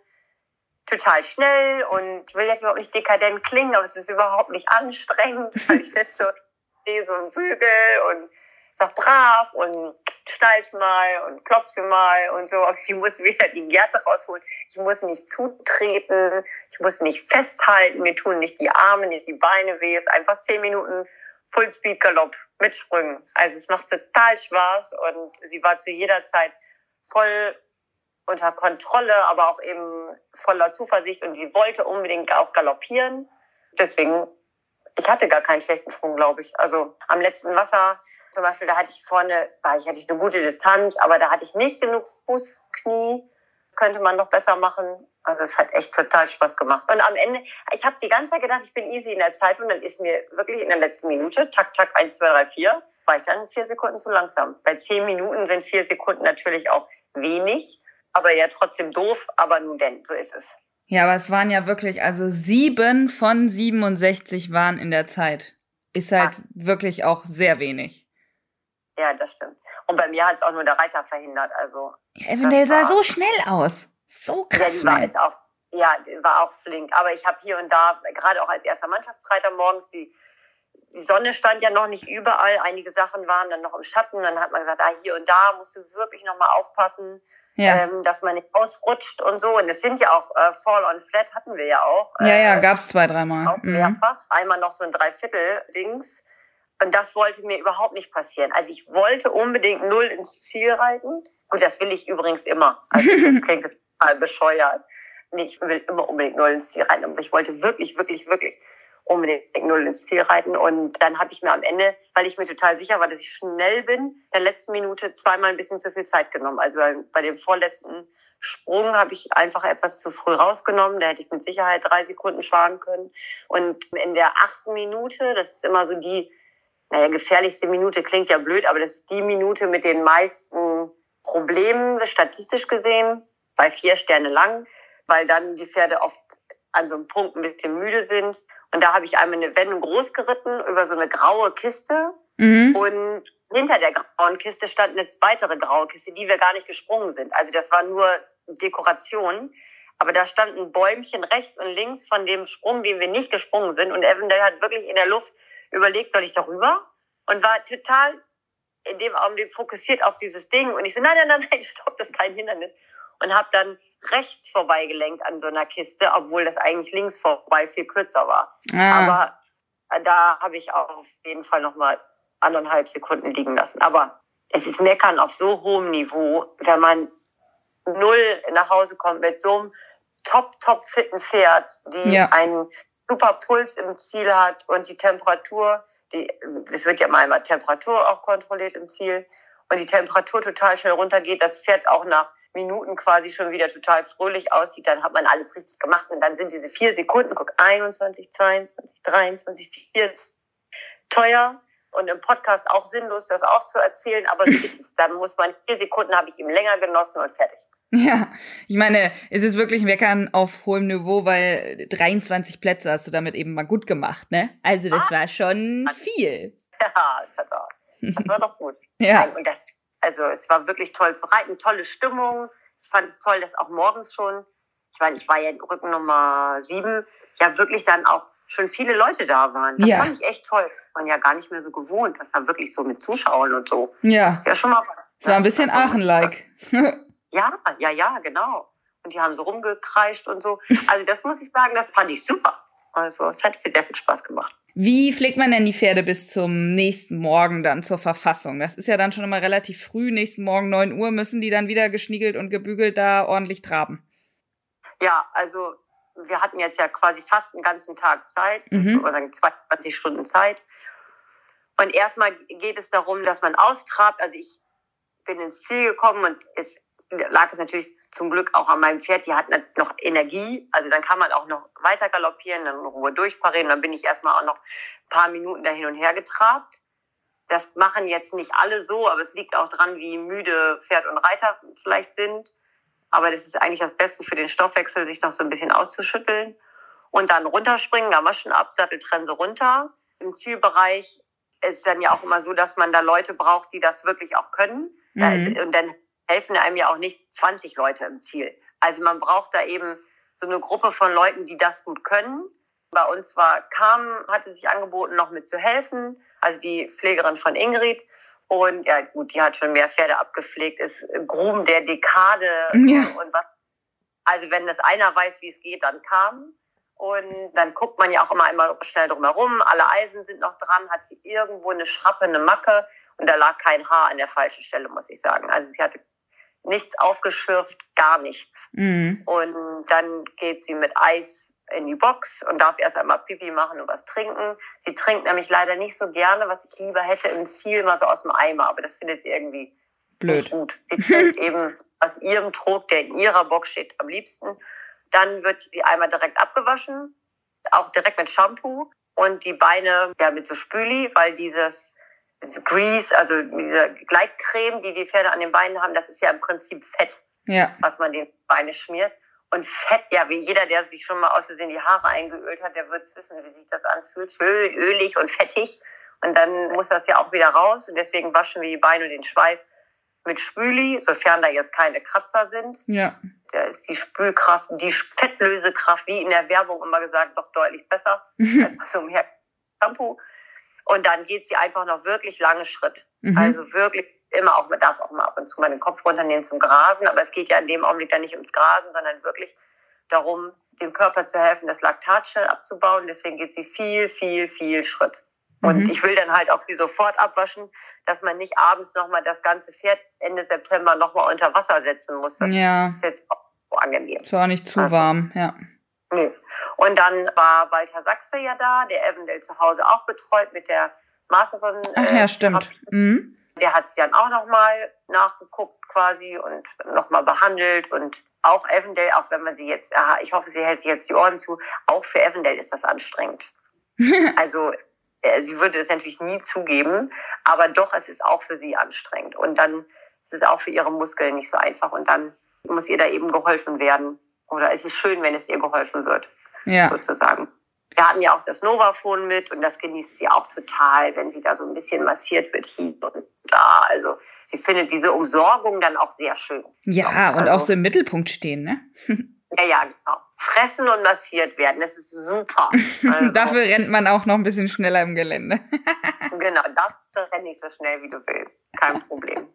total schnell und ich will jetzt überhaupt nicht dekadent klingen, aber es ist überhaupt nicht anstrengend, weil ich sitze und stehe so im Bügel und sag brav und schnall's mal und klopf's mal und so. Aber ich muss weder die Gerte rausholen, ich muss nicht zutreten, ich muss nicht festhalten, mir tun nicht die Arme, nicht die Beine weh. Es ist einfach 10 Minuten Fullspeed-Galopp mit Sprüngen. Also es macht total Spaß und sie war zu jeder Zeit voll unter Kontrolle, aber auch eben voller Zuversicht und sie wollte unbedingt auch galoppieren. Deswegen, ich hatte gar keinen schlechten Sprung, glaube ich. Also am letzten Wasser zum Beispiel, da hatte ich vorne, hatte ich eine gute Distanz, aber da hatte ich nicht genug Fußknie. Könnte man noch besser machen. Also es hat echt total Spaß gemacht. Und am Ende, ich habe die ganze Zeit gedacht, ich bin easy in der Zeit und dann ist mir wirklich in der letzten Minute, tak, 1, 2, 3, 4, war ich dann 4 Sekunden zu langsam. Bei 10 Minuten sind 4 Sekunden natürlich auch wenig. Aber ja trotzdem doof, aber nun denn, so ist es. Ja, aber es waren ja wirklich, also 7 von 67 waren in der Zeit. Ist halt wirklich auch sehr wenig. Ja, das stimmt. Und bei mir hat es auch nur der Reiter verhindert. Also ja, Evendell sah so schnell aus. So krass schnell. Die war auch flink. Aber ich habe hier und da, gerade auch als erster Mannschaftsreiter morgens, die Sonne stand ja noch nicht überall. Einige Sachen waren dann noch im Schatten. Dann hat man gesagt, hier und da musst du wirklich noch mal aufpassen, dass man nicht ausrutscht und so. Und das sind ja auch Fall on Flat hatten wir ja auch. Ja, gab's 2, 3 Mal. Auch mehrfach. Einmal noch so ein Dreiviertel-Dings. Und das wollte mir überhaupt nicht passieren. Also ich wollte unbedingt 0 ins Ziel reiten. Gut, das will ich übrigens immer. Also das klingt total bescheuert. Nee, ich will immer unbedingt 0 ins Ziel reiten. Aber ich wollte wirklich, wirklich, wirklich unbedingt 0 ins Ziel reiten. Und dann habe ich mir am Ende, weil ich mir total sicher war, dass ich schnell bin, in der letzten Minute zweimal ein bisschen zu viel Zeit genommen. Also bei dem vorletzten Sprung habe ich einfach etwas zu früh rausgenommen. Da hätte ich mit Sicherheit 3 Sekunden sparen können. Und in der 8. Minute, das ist immer so die, gefährlichste Minute, klingt ja blöd, aber das ist die Minute mit den meisten Problemen, statistisch gesehen, bei 4 Sterne lang, weil dann die Pferde oft an so einem Punkt ein bisschen müde sind. Und da habe ich einmal eine Wendung groß geritten über so eine graue Kiste. Und hinter der grauen Kiste stand eine weitere graue Kiste, die wir gar nicht gesprungen sind. Also das war nur Dekoration. Aber da stand ein Bäumchen rechts und links von dem Sprung, den wir nicht gesprungen sind. Und Evendell hat wirklich in der Luft überlegt, soll ich darüber? Und war total in dem Augenblick fokussiert auf dieses Ding. Und ich so, nein, stopp, das ist kein Hindernis. Und habe dann rechts vorbeigelenkt an so einer Kiste, obwohl das eigentlich links vorbei viel kürzer war. Aber da habe ich auch auf jeden Fall nochmal 1,5 Sekunden liegen lassen. Aber es ist Meckern auf so hohem Niveau, wenn man 0 nach Hause kommt mit so einem top fitten Pferd, die einen super Puls im Ziel hat und die Temperatur, es wird ja mal Temperatur auch kontrolliert im Ziel, und die Temperatur total schnell runtergeht, das Pferd auch nach Minuten quasi schon wieder total fröhlich aussieht, dann hat man alles richtig gemacht und dann sind diese 4 Sekunden, 21, 22, 23, 24, teuer und im Podcast auch sinnlos, das auch zu erzählen, aber so ist es. Dann muss man 4 Sekunden, habe ich ihm länger genossen und fertig. Ja, ich meine, es ist wirklich Meckern auf hohem Niveau, weil 23 Plätze hast du damit eben mal gut gemacht, ne? Also das war schon viel. Ja, das war doch gut. Ja. Und es war wirklich toll zu reiten, tolle Stimmung. Ich fand es toll, dass auch morgens schon, ich war ja in Rücken Nummer 7, ja wirklich dann auch schon viele Leute da waren. Das fand ich echt toll. Man ja gar nicht mehr so gewohnt, das war wirklich so mit Zuschauern und so. Ja. Das ist ja schon mal was. Es war ein bisschen Aachen-like. Ja, genau. Und die haben so rumgekreischt und so. Also das muss ich sagen, das fand ich super. Also es hat sehr viel Spaß gemacht. Wie pflegt man denn die Pferde bis zum nächsten Morgen dann zur Verfassung? Das ist ja dann schon immer relativ früh. Nächsten Morgen 9 Uhr müssen die dann wieder geschniegelt und gebügelt da ordentlich traben. Ja, also wir hatten jetzt ja quasi fast einen ganzen Tag Zeit, oder 22 Stunden Zeit. Und erstmal geht es darum, dass man austrabt. Also ich bin ins Ziel gekommen und es lag es natürlich zum Glück auch an meinem Pferd. Die hat noch Energie. Also dann kann man auch noch weiter galoppieren, dann in Ruhe durchparieren. Dann bin ich erstmal auch noch ein paar Minuten da hin und her getrabt. Das machen jetzt nicht alle so, aber es liegt auch dran, wie müde Pferd und Reiter vielleicht sind. Aber das ist eigentlich das Beste für den Stoffwechsel, sich noch so ein bisschen auszuschütteln. Und dann runterspringen, Gamaschen ab, Satteltrense runter. Im Zielbereich ist es dann ja auch immer so, dass man da Leute braucht, die das wirklich auch können. Und dann helfen einem ja auch nicht 20 Leute im Ziel. Also man braucht da eben so eine Gruppe von Leuten, die das gut können. Bei uns hatte sich angeboten, noch mit zu helfen, also die Pflegerin von Ingrid. Und ja gut, die hat schon mehr Pferde abgepflegt, ist Groom der Dekade und was. Also wenn das einer weiß, wie es geht, dann kam. Und dann guckt man ja auch immer schnell drumherum. Alle Eisen sind noch dran, hat sie irgendwo eine Schrappe, eine Macke. Und da lag kein Haar an der falschen Stelle, muss ich sagen. Also sie hatte nichts aufgeschürft, gar nichts. Mhm. Und dann geht sie mit Eis in die Box und darf erst einmal Pipi machen und was trinken. Sie trinkt nämlich leider nicht so gerne, was ich lieber hätte im Ziel, mal so aus dem Eimer. Aber das findet sie irgendwie blöd. Nicht gut. Sie trinkt eben aus ihrem Trog, der in ihrer Box steht, am liebsten. Dann wird die einmal direkt abgewaschen, auch direkt mit Shampoo. Und die Beine mit so Spüli, weil dieses Grease, also diese Gleitcreme, die die Pferde an den Beinen haben, das ist ja im Prinzip Fett, was man den Beine schmiert. Und Fett, wie jeder, der sich schon mal aus Versehen die Haare eingeölt hat, der wird wissen, wie sich das anfühlt. Schön ölig und fettig. Und dann muss das ja auch wieder raus. Und deswegen waschen wir die Beine und den Schweif mit Spüli, sofern da jetzt keine Kratzer sind. Ja. Da ist die Spülkraft, die Fettlösekraft, wie in der Werbung immer gesagt, doch deutlich besser als bei so einem Shampoo. Und dann geht sie einfach noch wirklich lange Schritt. Mhm. Also wirklich immer auch, man darf auch mal ab und zu mal den Kopf runternehmen zum Grasen, aber es geht ja in dem Augenblick dann nicht ums Grasen, sondern wirklich darum, dem Körper zu helfen, das Laktat schnell abzubauen. Deswegen geht sie viel, viel, viel Schritt. Und ich will dann halt auch sie sofort abwaschen, dass man nicht abends nochmal das ganze Pferd Ende September nochmal unter Wasser setzen muss. Das ist jetzt auch so angenehm. Es war nicht zu warm, ja. Nee. Und dann war Walter Sachse ja da, der Avondale zu Hause auch betreut mit der Masterson. Ach ja, stimmt. Mhm. Der hat sie dann auch nochmal nachgeguckt quasi und nochmal behandelt. Und auch Avondale, auch wenn man sie jetzt, ich hoffe, sie hält sich jetzt die Ohren zu, auch für Avondale ist das anstrengend. Also sie würde es natürlich nie zugeben, aber doch, es ist auch für sie anstrengend. Und dann ist es auch für ihre Muskeln nicht so einfach. Und dann muss ihr da eben geholfen werden. Oder es ist schön, wenn es ihr geholfen wird, sozusagen. Wir hatten ja auch das Novafon mit und das genießt sie auch total, wenn sie da so ein bisschen massiert wird hier und da. Also sie findet diese Umsorgung dann auch sehr schön. Ja, und auch so im Mittelpunkt stehen, ne? Ja, genau. Fressen und massiert werden, das ist super. Also, dafür rennt man auch noch ein bisschen schneller im Gelände. Genau, dafür renn nicht so schnell, wie du willst. Kein Problem.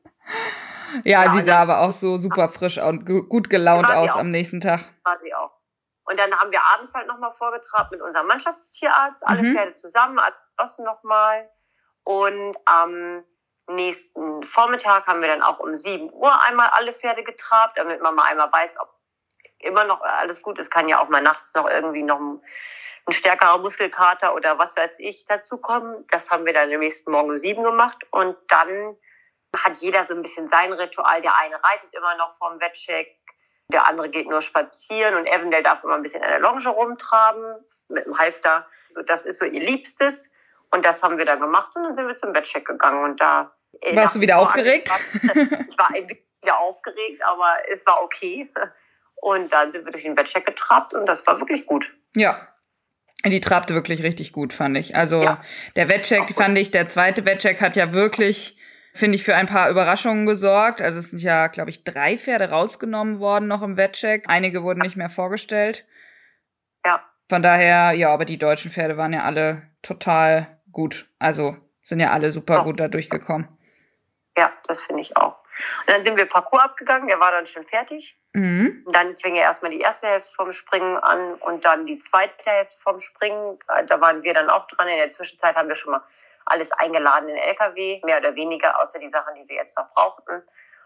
Ja, sie sah aber auch so super frisch und gut gelaunt aus am nächsten Tag. War sie auch. Und dann haben wir abends halt nochmal vorgetrabt mit unserem Mannschaftstierarzt, alle Pferde zusammen, alles nochmal. Und am nächsten Vormittag haben wir dann auch um 7 Uhr einmal alle Pferde getrabt, damit man mal einmal weiß, ob immer noch alles gut ist. Kann ja auch mal nachts noch irgendwie noch ein stärkerer Muskelkater oder was weiß ich dazukommen. Das haben wir dann am nächsten Morgen um 7 gemacht. Und dann hat jeder so ein bisschen sein Ritual. Der eine reitet immer noch vorm Wettcheck, der andere geht nur spazieren und Avondale darf immer ein bisschen an der Longe rumtraben mit dem Halfter. So, das ist so ihr Liebstes. Und das haben wir dann gemacht und dann sind wir zum Wettcheck gegangen. Und da warst du wieder aufgeregt? Ich war wieder aufgeregt, aber es war okay. Und dann sind wir durch den Wettcheck getrabt und das war wirklich gut. Ja, die trabte wirklich richtig gut, fand ich. Also der Wettcheck, fand ich, der zweite Wettcheck hat ja wirklich, finde ich, für ein paar Überraschungen gesorgt. Also es sind ja, glaube ich, 3 Pferde rausgenommen worden noch im Wettcheck. Einige wurden nicht mehr vorgestellt. Ja. Von daher, aber die deutschen Pferde waren ja alle total gut. Also sind ja alle super gut da durchgekommen. Ja, das finde ich auch. Und dann sind wir Parcours abgegangen, der war dann schon fertig. Mhm. Dann fing ja erstmal die erste Hälfte vom Springen an und dann die zweite Hälfte vom Springen. Da waren wir dann auch dran. In der Zwischenzeit haben wir schon mal alles eingeladen in den LKW, mehr oder weniger, außer die Sachen, die wir jetzt noch brauchten.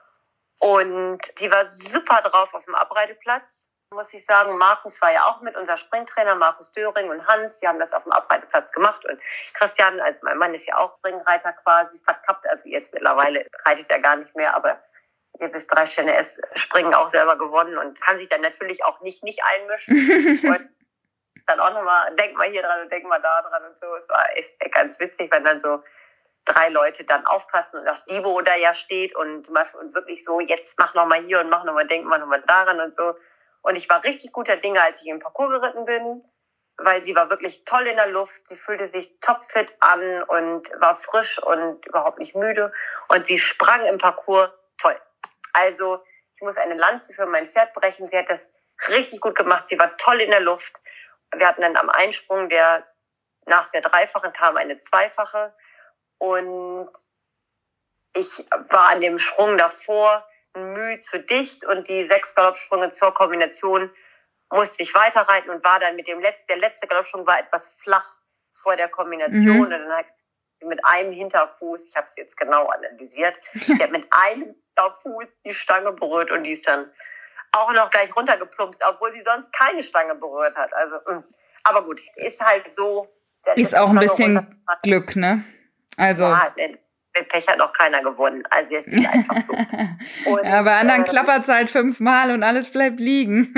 Und die war super drauf auf dem Abreiteplatz, muss ich sagen. Markus war ja auch mit, unser Springtrainer, Markus Döring und Hans, die haben das auf dem Abreiteplatz gemacht. Und Christian, also mein Mann, ist ja auch Springreiter quasi, verkappt, also jetzt mittlerweile reitet er gar nicht mehr, aber der bis 3 Sterne S Springen auch selber gewonnen und kann sich dann natürlich auch nicht einmischen. Und dann auch nochmal, denk mal hier dran und denk mal da dran und so. Es war echt ganz witzig, wenn dann so 3 Leute dann aufpassen und auch Divo da ja steht und wirklich so, jetzt mach nochmal hier und mach nochmal, denk mal nochmal daran und so. Und ich war richtig guter Dinge, als ich im Parcours geritten bin, weil sie war wirklich toll in der Luft. Sie fühlte sich topfit an und war frisch und überhaupt nicht müde. Und sie sprang im Parcours toll. Also ich muss eine Lanze für mein Pferd brechen. Sie hat das richtig gut gemacht. Sie war toll in der Luft. Wir hatten dann am Einsprung, der nach der dreifachen kam, eine zweifache. Und ich war an dem Sprung davor müh zu dicht und die 6 Galoppsprünge zur Kombination musste ich weiterreiten und war dann mit der letzte Galoppsprung war etwas flach vor der Kombination und dann hat sie mit einem Hinterfuß, ich habe es jetzt genau analysiert, sie hat mit einem Hinterfuß die Stange berührt und die ist dann auch noch gleich runtergeplumpst, obwohl sie sonst keine Stange berührt hat. Also, aber gut, ist halt so. Ist auch ein bisschen Glück, ne? Also. Ja, mit Pech hat noch keiner gewonnen. Also es ist einfach so. Und, ja, bei anderen klappert es halt 5-mal und alles bleibt liegen.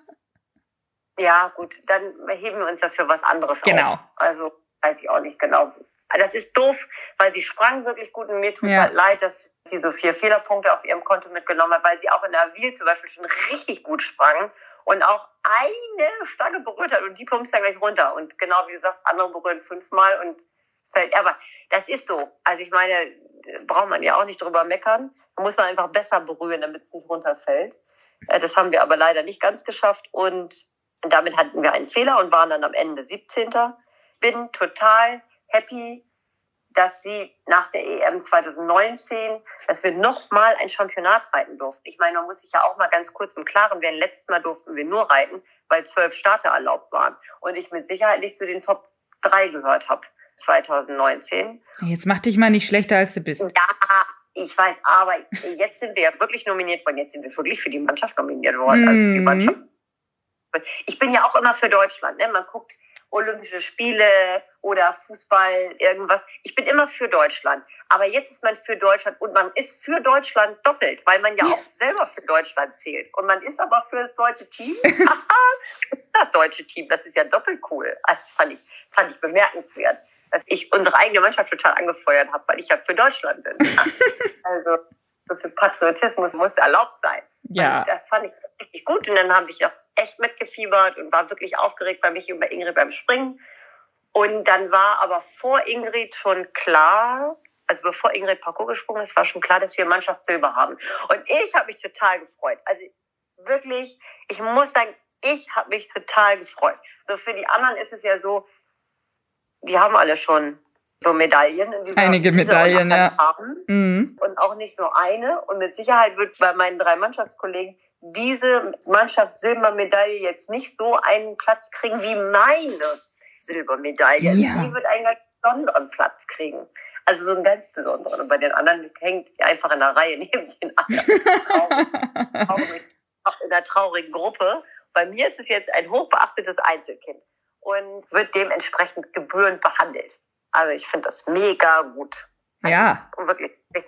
ja, gut, dann heben wir uns das für was anderes auf. Also weiß ich auch nicht genau. Das ist doof, weil sie sprang wirklich gut und mir tut halt leid, dass sie so 4 Fehlerpunkte auf ihrem Konto mitgenommen hat, weil sie auch in der Wiel zum Beispiel schon richtig gut sprang und auch eine Stange berührt hat und die plumpst dann gleich runter. Und genau wie du sagst, andere berühren 5-mal und fällt. Aber das ist so. Also ich meine, braucht man ja auch nicht drüber meckern. Da muss man einfach besser berühren, damit es nicht runterfällt. Das haben wir aber leider nicht ganz geschafft. Und damit hatten wir einen Fehler und waren dann am Ende 17. Bin total happy, dass sie nach der EM 2019, dass wir nochmal ein Championat reiten durften. Ich meine, man muss sich ja auch mal ganz kurz im Klaren werden. Letztes Mal durften wir nur reiten, weil 12 Starter erlaubt waren. Und ich mit Sicherheit nicht zu den Top 3 gehört habe. 2019. Jetzt mach dich mal nicht schlechter, als du bist. Ja, ich weiß, aber jetzt sind wir ja wirklich nominiert worden. Jetzt sind wir wirklich für die Mannschaft nominiert worden. Also die Mannschaft. Ich bin ja auch immer für Deutschland. Ne? Man guckt Olympische Spiele oder Fußball, irgendwas. Ich bin immer für Deutschland. Aber jetzt ist man für Deutschland und man ist für Deutschland doppelt, weil man ja auch selber für Deutschland zählt. Und man ist aber für das deutsche Team. Das deutsche Team, das ist ja doppelt cool. Also das fand ich bemerkenswert, dass ich unsere eigene Mannschaft total angefeuert habe, weil ich ja für Deutschland bin. Also so viel Patriotismus muss erlaubt sein. Ja. Und das fand ich richtig gut. Und dann habe ich auch echt mitgefiebert und war wirklich aufgeregt bei mich und bei Ingrid beim Springen. Und dann war aber vor Ingrid schon klar, also bevor Ingrid Parcours gesprungen ist, war schon klar, dass wir Mannschaftssilber haben. Und ich habe mich total gefreut. Also wirklich, ich muss sagen, ich habe mich total gefreut. So für die anderen ist es ja so, die haben alle schon so Medaillen. Einige Medaillen, ja. Haben. Und auch nicht nur eine. Und mit Sicherheit wird bei meinen 3 Mannschaftskollegen diese Mannschaftssilbermedaille jetzt nicht so einen Platz kriegen wie meine Silbermedaille. Ja. Die wird einen ganz besonderen Platz kriegen. Also so einen ganz besonderen. Und bei den anderen hängt die einfach in der Reihe neben den anderen. Traurig, in einer traurigen Gruppe. Bei mir ist es jetzt ein hochbeachtetes Einzelkind und wird dementsprechend gebührend behandelt. Also ich finde das mega gut. Ja. Also wirklich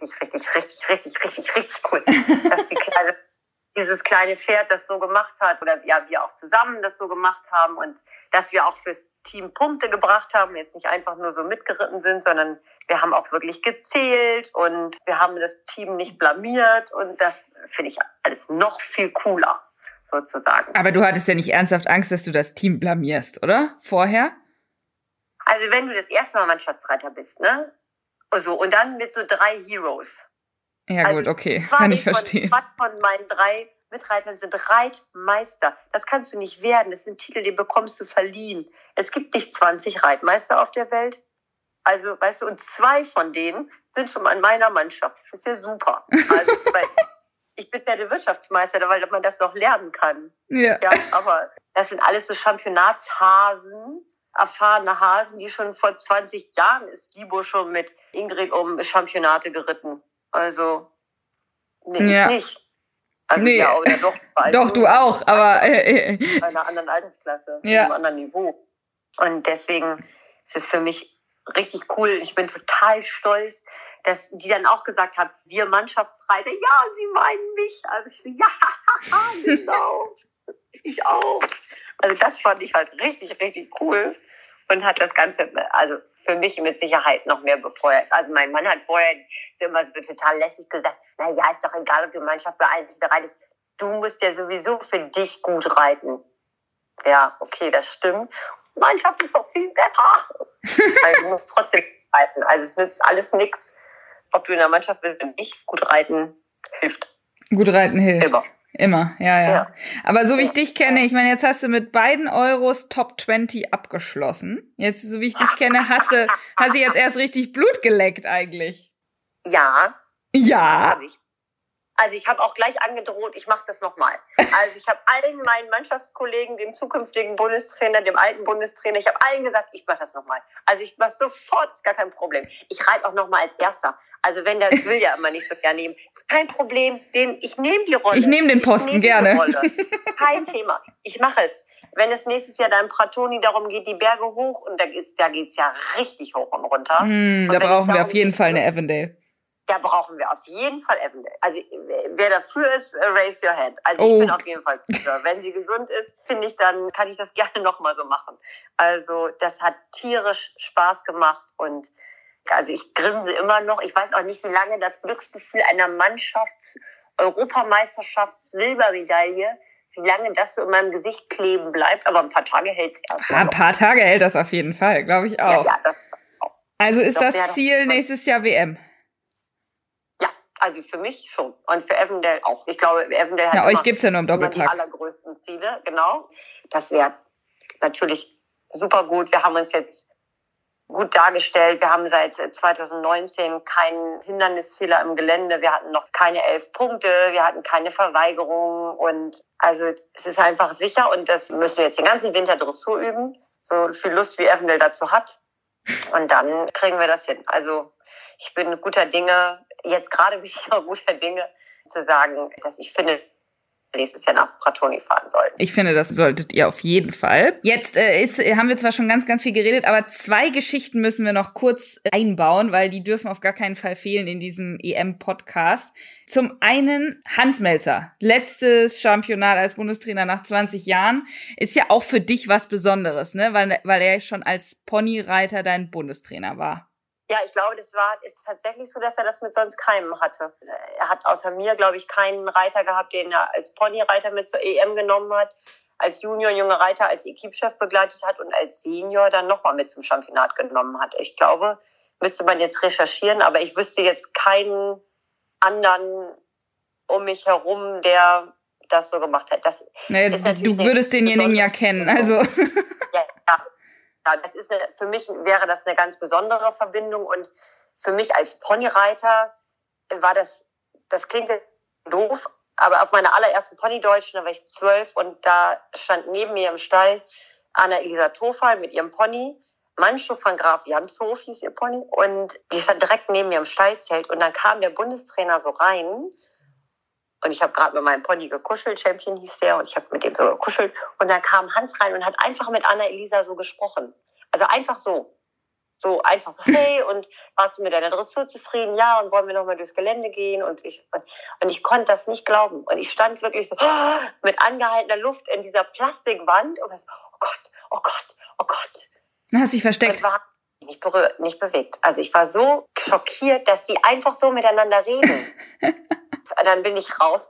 richtig cool, dass dieses kleine Pferd das so gemacht hat oder ja, wir auch zusammen das so gemacht haben und dass wir auch fürs Team Punkte gebracht haben, jetzt nicht einfach nur so mitgeritten sind, sondern wir haben auch wirklich gezählt und wir haben das Team nicht blamiert und das finde ich alles noch viel cooler, sozusagen. Aber du hattest ja nicht ernsthaft Angst, dass du das Team blamierst, oder? Vorher? Also wenn du das erste Mal Mannschaftsreiter bist, ne? So, und dann mit so 3 Heroes. Ja also gut, okay, kann ich verstehen. Von meinen 3 Mitreitern sind Reitmeister. Das kannst du nicht werden. Das sind Titel, die bekommst du verliehen. Es gibt nicht 20 Reitmeister auf der Welt. Also, weißt du, und 2 von denen sind schon mal in meiner Mannschaft. Das ist ja super. Also, weil ich bin ja der Wirtschaftsmeister, weil man das noch lernen kann. Ja. Ja, aber das sind alles so Championatshasen, erfahrene Hasen, die schon vor 20 Jahren ist Libo schon mit Ingrid um Championate geritten. Also, nee, ja. nicht. Also, nee. ja, oder doch. Doch, du auch, aber bei einer anderen Altersklasse, ja. einem anderen Niveau. Und deswegen ist es für mich richtig cool. Ich bin total stolz, dass die dann auch gesagt haben, wir Mannschaftsreiter, ja, sie meinen mich. Also ich so, ja, genau. Ich auch. Also das fand ich halt richtig cool und hat das Ganze, also für mich mit Sicherheit noch mehr befeuert. Also mein Mann hat vorher immer so total lässig gesagt, na ja, ist doch egal, ob du Mannschaft bei Einzelnen reitest. Du musst ja sowieso für dich gut reiten. Ja, okay, das stimmt. Mannschaft ist doch viel besser. Also du musst trotzdem reiten. Also es nützt alles nichts, ob du in der Mannschaft bist und nicht gut reiten. hilft. Gut reiten hilft. Immer. Ja. Aber so wie ich dich kenne, ich meine, jetzt hast du mit beiden Euros Top 20 abgeschlossen. Jetzt, so wie ich dich kenne, hast du jetzt erst richtig Blut geleckt eigentlich. Ja. Ja. Also ich habe auch gleich angedroht, ich mache das nochmal. Also ich habe allen meinen Mannschaftskollegen, dem zukünftigen Bundestrainer, dem alten Bundestrainer, ich habe allen gesagt, ich mache das nochmal. Also ich mache sofort, ist gar kein Problem. Ich reite auch nochmal als Erster. Also wenn das will ja immer nicht so gerne nehmen. Ist kein Problem, ich nehme die Rolle. Ich nehme den Posten gerne. Kein Thema. Ich mache es. Wenn es nächstes Jahr da in Pratoni darum geht, die Berge hoch, und da geht's ja richtig hoch und runter. Da brauchen wir auf jeden Fall eine Avondale. Da brauchen wir auf jeden Fall Avondale. Also wer dafür ist, raise your hand. Also ich bin auf jeden Fall dafür. Wenn sie gesund ist, finde ich, dann kann ich das gerne nochmal so machen. Also das hat tierisch Spaß gemacht und also ich grinse immer noch. Ich weiß auch nicht, wie lange das Glücksgefühl einer Mannschafts-Europameisterschafts-Silbermedaille, wie lange das so in meinem Gesicht kleben bleibt. Aber ein paar Tage hält es erstmal. Ein paar Tage hält das auf jeden Fall, glaube ich auch. Ja, das auch. Also ist das Ziel nächstes Jahr WM? Also für mich schon. Und für Avondale auch. Ich glaube, Avondale hat euch gibt's ja nur im Doppelpack. Die allergrößten Ziele, genau. Das wäre natürlich super gut. Wir haben uns jetzt gut dargestellt. Wir haben seit 2019 keinen Hindernisfehler im Gelände. Wir hatten noch keine 11 Punkte. Wir hatten keine Verweigerung. Und also es ist einfach sicher. Und das müssen wir jetzt den ganzen Winter Dressur üben. So viel Lust wie Avondale dazu hat. Und dann kriegen wir das hin. Also ich bin guter Dinge. Jetzt gerade bin ich auch guter Dinge zu sagen, dass ich finde, nächstes Jahr nach Pratoni fahren sollten. Ich finde, das solltet ihr auf jeden Fall. Jetzt haben wir zwar schon ganz, ganz viel geredet, aber 2 Geschichten müssen wir noch kurz einbauen, weil die dürfen auf gar keinen Fall fehlen in diesem EM-Podcast. Zum einen Hans Melzer, letztes Championat als Bundestrainer nach 20 Jahren, ist ja auch für dich was Besonderes, ne? Weil er schon als Ponyreiter dein Bundestrainer war. Ja, ich glaube, ist tatsächlich so, dass er das mit sonst keinem hatte. Er hat außer mir, glaube ich, keinen Reiter gehabt, den er als Ponyreiter mit zur EM genommen hat, als Junior, junge Reiter, als Equipechef begleitet hat und als Senior dann nochmal mit zum Championat genommen hat. Ich glaube, müsste man jetzt recherchieren, aber ich wüsste jetzt keinen anderen um mich herum, der das so gemacht hat. Das ist du würdest denjenigen ja kennen, also. Ja, für mich wäre das eine ganz besondere Verbindung und für mich als Ponyreiter war das klingt doof, aber auf meiner allerersten Ponydeutschen, da war ich 12 und da stand neben mir im Stall Anna-Elisa Tofal mit ihrem Pony, Mancho van Graaf Janshof hieß ihr Pony und die stand direkt neben mir im Stallzelt und dann kam der Bundestrainer so rein. Und ich habe gerade mit meinem Pony gekuschelt, Champion hieß der, und ich habe mit dem so gekuschelt. Und dann kam Hans rein und hat einfach mit Anna-Elisa so gesprochen. Also einfach so. So einfach so, hey, und warst du mit deiner Dressur zufrieden? Ja, und wollen wir nochmal durchs Gelände gehen? Und ich konnte das nicht glauben. Und ich stand wirklich so mit angehaltener Luft in dieser Plastikwand und so, oh Gott, oh Gott, oh Gott. Du hast dich versteckt. Und war nicht berührt, nicht bewegt. Also ich war so schockiert, dass die einfach so miteinander reden. Und dann bin ich raus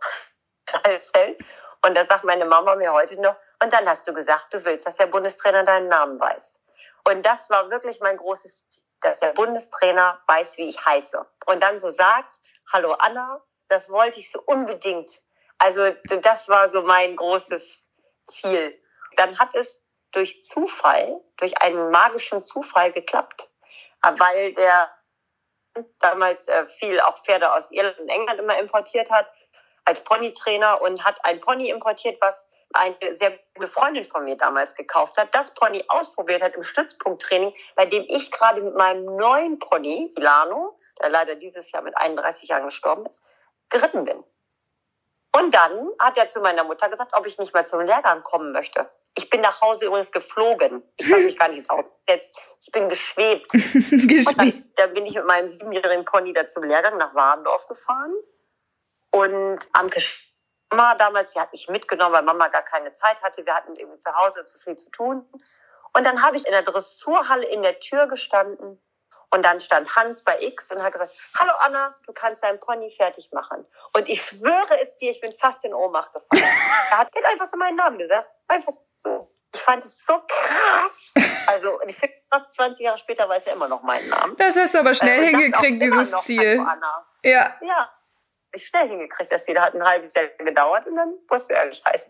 und das sagt meine Mama mir heute noch. Und dann hast du gesagt, du willst, dass der Bundestrainer deinen Namen weiß. Und das war wirklich mein großes Ziel, dass der Bundestrainer weiß, wie ich heiße. Und dann so sagt, hallo Anna, das wollte ich so unbedingt. Also das war so mein großes Ziel. Dann hat es durch einen magischen Zufall geklappt, weil der damals viel auch Pferde aus Irland und England immer importiert hat, als Ponytrainer und hat ein Pony importiert, was eine sehr gute Freundin von mir damals gekauft hat, das Pony ausprobiert hat im Stützpunkttraining, bei dem ich gerade mit meinem neuen Pony, Milano, der leider dieses Jahr mit 31 Jahren gestorben ist, geritten bin. Und dann hat er zu meiner Mutter gesagt, ob ich nicht mal zum Lehrgang kommen möchte. Ich bin nach Hause übrigens geflogen. Ich habe mich gar nicht ins Auto gesetzt. Ich bin geschwebt. Und dann bin ich mit meinem 7-jährigen Pony da zum Lehrgang nach Warendorf gefahren. Und Anke Mama damals, die hat mich mitgenommen, weil Mama gar keine Zeit hatte. Wir hatten irgendwie zu Hause zu viel zu tun. Und dann habe ich in der Dressurhalle in der Tür gestanden. Und dann stand Hans bei X und hat gesagt, hallo Anna, du kannst deinen Pony fertig machen. Und ich schwöre es dir, ich bin fast in Ohnmacht gefallen. Er hat einfach so meinen Namen gesagt. Einfach so. Ich fand es so krass. Also, ich finde, fast 20 Jahre später weiß er immer noch meinen Namen. Das hast du aber schnell hingekriegt, dieses Ziel. Anna. Ja. Ja. wirklich schnell hingekriegt. Das hat ein halbes Jahr gedauert und dann wusste er Scheiß.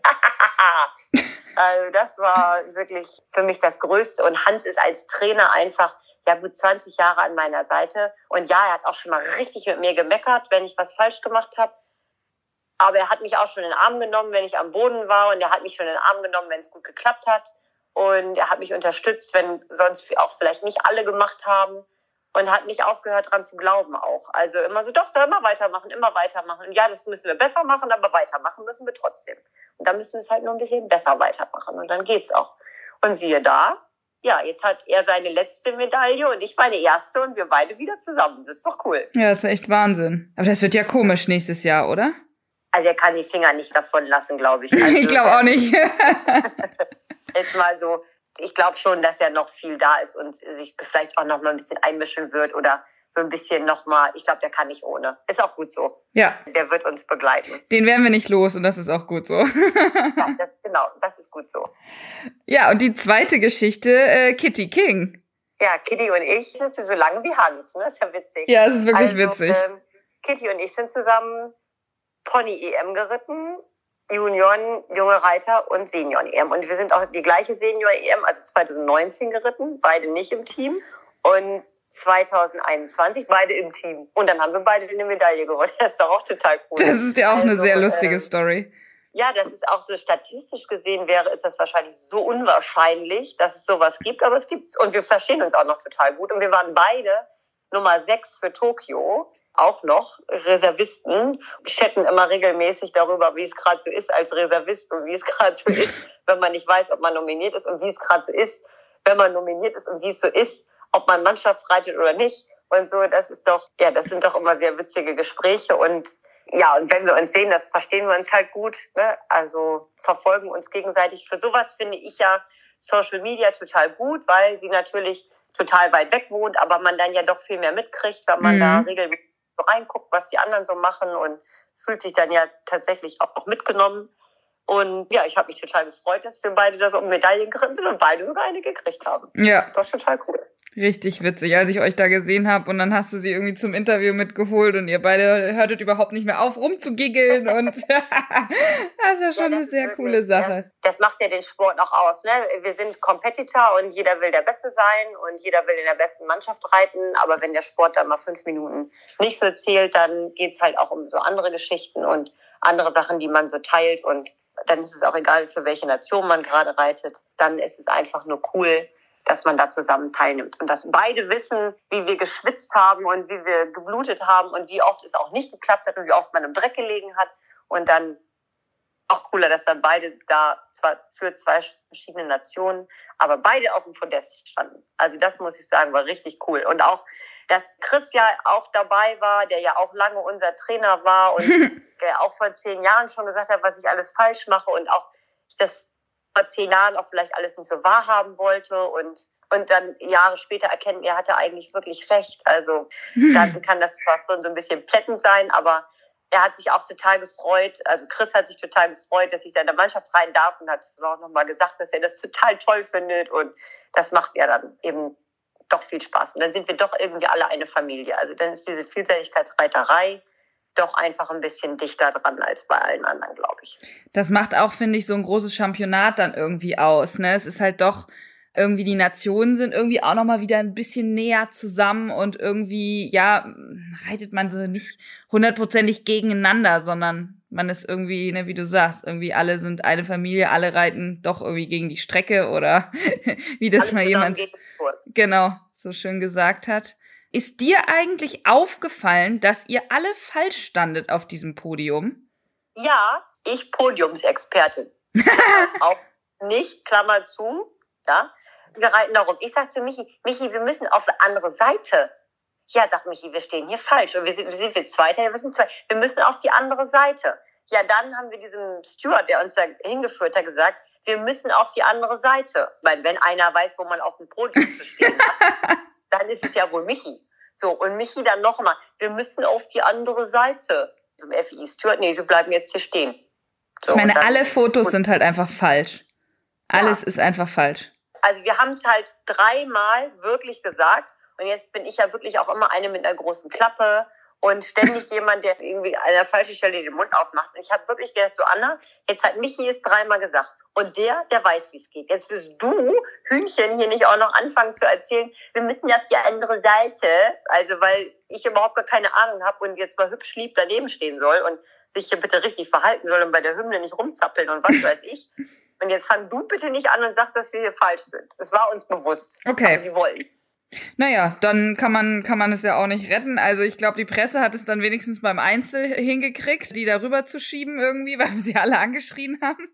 Also das war wirklich für mich das Größte. Und Hans ist als Trainer einfach, ja gut 20 Jahre an meiner Seite. Und ja, er hat auch schon mal richtig mit mir gemeckert, wenn ich was falsch gemacht habe. Aber er hat mich auch schon in den Arm genommen, wenn ich am Boden war. Und er hat mich schon in den Arm genommen, wenn es gut geklappt hat. Und er hat mich unterstützt, wenn sonst auch vielleicht nicht alle gemacht haben. Und hat nicht aufgehört, dran zu glauben auch. Also immer so, doch, da immer weitermachen. Und ja, das müssen wir besser machen, aber weitermachen müssen wir trotzdem. Und dann müssen wir es halt nur ein bisschen besser weitermachen. Und dann geht's auch. Und siehe da, ja, jetzt hat er seine letzte Medaille und ich meine erste und wir beide wieder zusammen. Das ist doch cool. Ja, das ist echt Wahnsinn. Aber das wird ja komisch nächstes Jahr, oder? Also er kann die Finger nicht davon lassen, glaube ich. Also, ich glaube auch nicht. Jetzt mal so, ich glaube schon, dass ja noch viel da ist und sich vielleicht auch noch mal ein bisschen einmischen wird oder so ein bisschen noch mal, ich glaube, der kann nicht ohne. Ist auch gut so. Ja. Der wird uns begleiten. Den werden wir nicht los und das ist auch gut so. Ja, das ist gut so. Ja, und die zweite Geschichte, Kitty King. Ja, Kitty und ich sind so lange wie Hans, ne? Ist ja witzig. Ja, es ist wirklich witzig. Kitty und ich sind zusammen Pony-EM geritten, Junioren, junge Reiter und Senioren-EM. Und wir sind auch die gleiche Senior-EM, also 2019 geritten, beide nicht im Team. Und 2021 beide im Team. Und dann haben wir beide eine Medaille gewonnen. Das ist doch auch total cool. Das ist ja auch eine sehr lustige Story. Ja, das ist auch so statistisch gesehen ist das wahrscheinlich so unwahrscheinlich, dass es sowas gibt. Aber es gibt's. Und wir verstehen uns auch noch total gut. Und wir waren beide Nummer 6 für Tokio. Auch noch Reservisten, chatten immer regelmäßig darüber, wie es gerade so ist als Reservist und wie es gerade so ist, wenn man nicht weiß, ob man nominiert ist und wie es gerade so ist, wenn man nominiert ist und wie es so ist, ob man Mannschaftsreitet oder nicht und so. Das sind doch immer sehr witzige Gespräche und ja, und wenn wir uns sehen, das verstehen wir uns halt gut, ne? Also verfolgen uns gegenseitig. Für sowas finde ich ja Social Media total gut, weil sie natürlich total weit weg wohnt, aber man dann ja doch viel mehr mitkriegt, wenn man da regelmäßig reinguckt, was die anderen so machen und fühlt sich dann ja tatsächlich auch mitgenommen. Und ja, ich habe mich total gefreut, dass wir beide da so um Medaillen geritten sind und beide sogar eine gekriegt haben. Ja. Das ist doch total cool. Richtig witzig, als ich euch da gesehen habe und dann hast du sie irgendwie zum Interview mitgeholt und ihr beide hörtet überhaupt nicht mehr auf rumzugiggeln und das ist ja schon eine sehr coole Sache. Das macht ja den Sport auch aus, ne? Wir sind Competitor und jeder will der Beste sein und jeder will in der besten Mannschaft reiten, aber wenn der Sport dann mal 5 Minuten nicht so zählt, dann geht's halt auch um so andere Geschichten und andere Sachen, die man so teilt und dann ist es auch egal, für welche Nation man gerade reitet, dann ist es einfach nur cool, dass man da zusammen teilnimmt. Und dass beide wissen, wie wir geschwitzt haben und wie wir geblutet haben und wie oft es auch nicht geklappt hat und wie oft man im Dreck gelegen hat. Und dann auch cooler, dass dann beide da zwar für 2 verschiedene Nationen, aber beide auf dem Podest standen. Also das muss ich sagen, war richtig cool. Und auch, dass Chris ja auch dabei war, der ja auch lange unser Trainer war und der auch vor 10 Jahren schon gesagt hat, was ich alles falsch mache und auch ich das vor 10 Jahren auch vielleicht alles nicht so wahrhaben wollte und dann Jahre später erkennen, er hatte eigentlich wirklich recht. Also dann kann das zwar schon so ein bisschen plättend sein, aber er hat sich auch total gefreut, also Chris hat sich total gefreut, dass ich da in der Mannschaft rein darf und hat es auch nochmal gesagt, dass er das total toll findet und das macht ja dann eben doch viel Spaß. Und dann sind wir doch irgendwie alle eine Familie. Also dann ist diese Vielseitigkeitsreiterei doch einfach ein bisschen dichter dran als bei allen anderen, glaube ich. Das macht auch, finde ich, so ein großes Championat dann irgendwie aus, ne? Es ist halt doch irgendwie, die Nationen sind irgendwie auch nochmal wieder ein bisschen näher zusammen und irgendwie, ja, reitet man so nicht 100%ig gegeneinander, sondern man ist irgendwie, ne, wie du sagst, irgendwie alle sind eine Familie, alle reiten doch irgendwie gegen die Strecke oder wie das mal jemand genau so schön gesagt hat. Ist dir eigentlich aufgefallen, dass ihr alle falsch standet auf diesem Podium? Ja, ich Podiumsexpertin. Auch nicht, Klammer zu, ja. Wir reiten darum. Ich sag zu Michi, wir müssen auf eine andere Seite. Ja, sagt Michi, wir stehen hier falsch. Und sind wir Zweiter? Wir sind Zweiter. Wir müssen auf die andere Seite. Ja, dann haben wir diesem Steward, der uns da hingeführt hat, gesagt, wir müssen auf die andere Seite. Weil wenn einer weiß, wo man auf dem Podium zu stehen hat, dann ist es ja wohl Michi. So, und Michi dann nochmal, wir müssen auf die andere Seite. Zum FI-Steward, nee, wir bleiben jetzt hier stehen. So, ich meine, alle Fotos sind halt einfach falsch. Alles ist einfach falsch. Also wir haben es halt 3-mal wirklich gesagt. Und jetzt bin ich ja wirklich auch immer eine mit einer großen Klappe und ständig jemand, der irgendwie an der falschen Stelle den Mund aufmacht. Und ich habe wirklich gedacht, so Anna, jetzt hat Michi es 3-mal gesagt. Und der weiß, wie es geht. Jetzt wirst du, Hühnchen, hier nicht auch noch anfangen zu erzählen, wir müssen auf die andere Seite. Also weil ich überhaupt gar keine Ahnung habe und jetzt mal hübsch lieb daneben stehen soll und sich hier bitte richtig verhalten soll und bei der Hymne nicht rumzappeln und was weiß ich. Und jetzt fang du bitte nicht an und sag, dass wir hier falsch sind. Das war uns bewusst. Okay. Aber sie wollen. Naja, dann kann man es ja auch nicht retten. Also ich glaube, die Presse hat es dann wenigstens beim Einzel hingekriegt, die da rüber zu schieben irgendwie, weil sie alle angeschrien haben.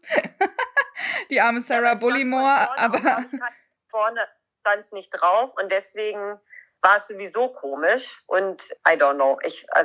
Die arme Sarah Bullimore. Aber vorne stand es nicht drauf und deswegen war es sowieso komisch und I don't know.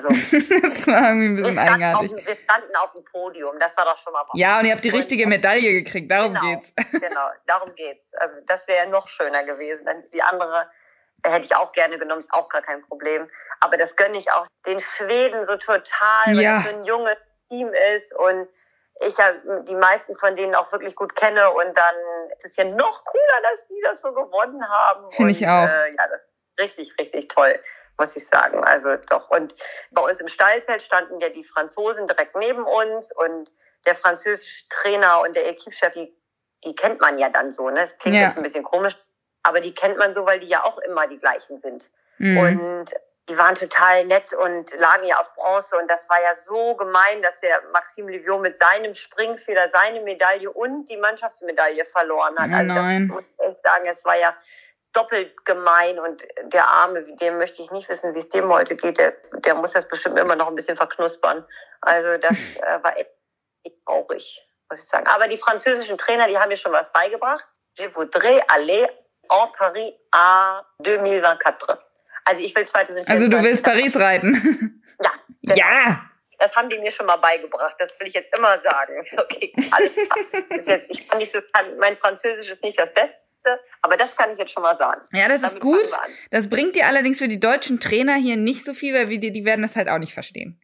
Das war irgendwie ein bisschen eigenartig. Wir standen auf dem Podium, das war doch schon mal was. Ja, und ihr habt die richtige Medaille gekriegt, darum geht's. Genau, darum geht's. Also das wäre ja noch schöner gewesen. Die andere hätte ich auch gerne genommen, ist auch gar kein Problem. Aber das gönne ich auch den Schweden so total, weil es so ein junges Team ist und ich ja die meisten von denen auch wirklich gut kenne und dann ist es ja noch cooler, dass die das so gewonnen haben. Finde ich auch. Ja, das ist richtig, richtig toll, muss ich sagen. Also doch. Und bei uns im Stallzelt standen ja die Franzosen direkt neben uns und der französische Trainer und der Equipe-Chef, die kennt man ja dann so, ne? Das klingt jetzt ein bisschen komisch, aber die kennt man so, weil die ja auch immer die gleichen sind. Mhm. Und die waren total nett und lagen ja auf Bronze und das war ja so gemein, dass der Maxime Leviot mit seinem Springfehler seine Medaille und die Mannschaftsmedaille verloren hat. Also das muss ich echt sagen, es war ja doppelt gemein und der Arme, dem möchte ich nicht wissen, wie es dem heute geht, der muss das bestimmt immer noch ein bisschen verknuspern. Also das war echt traurig, muss ich sagen. Aber die französischen Trainer, die haben mir schon was beigebracht. Je voudrais aller en Paris à 2024. Also ich will 2024. Also du willst Paris reiten? Ja. Genau. Ja! Das haben die mir schon mal beigebracht. Das will ich jetzt immer sagen. Okay, alles klar. Ich kann nicht so, mein Französisch ist nicht das Beste, aber das kann ich jetzt schon mal sagen. Ja, das ist gut. Das bringt dir allerdings für die deutschen Trainer hier nicht so viel, weil die werden das halt auch nicht verstehen.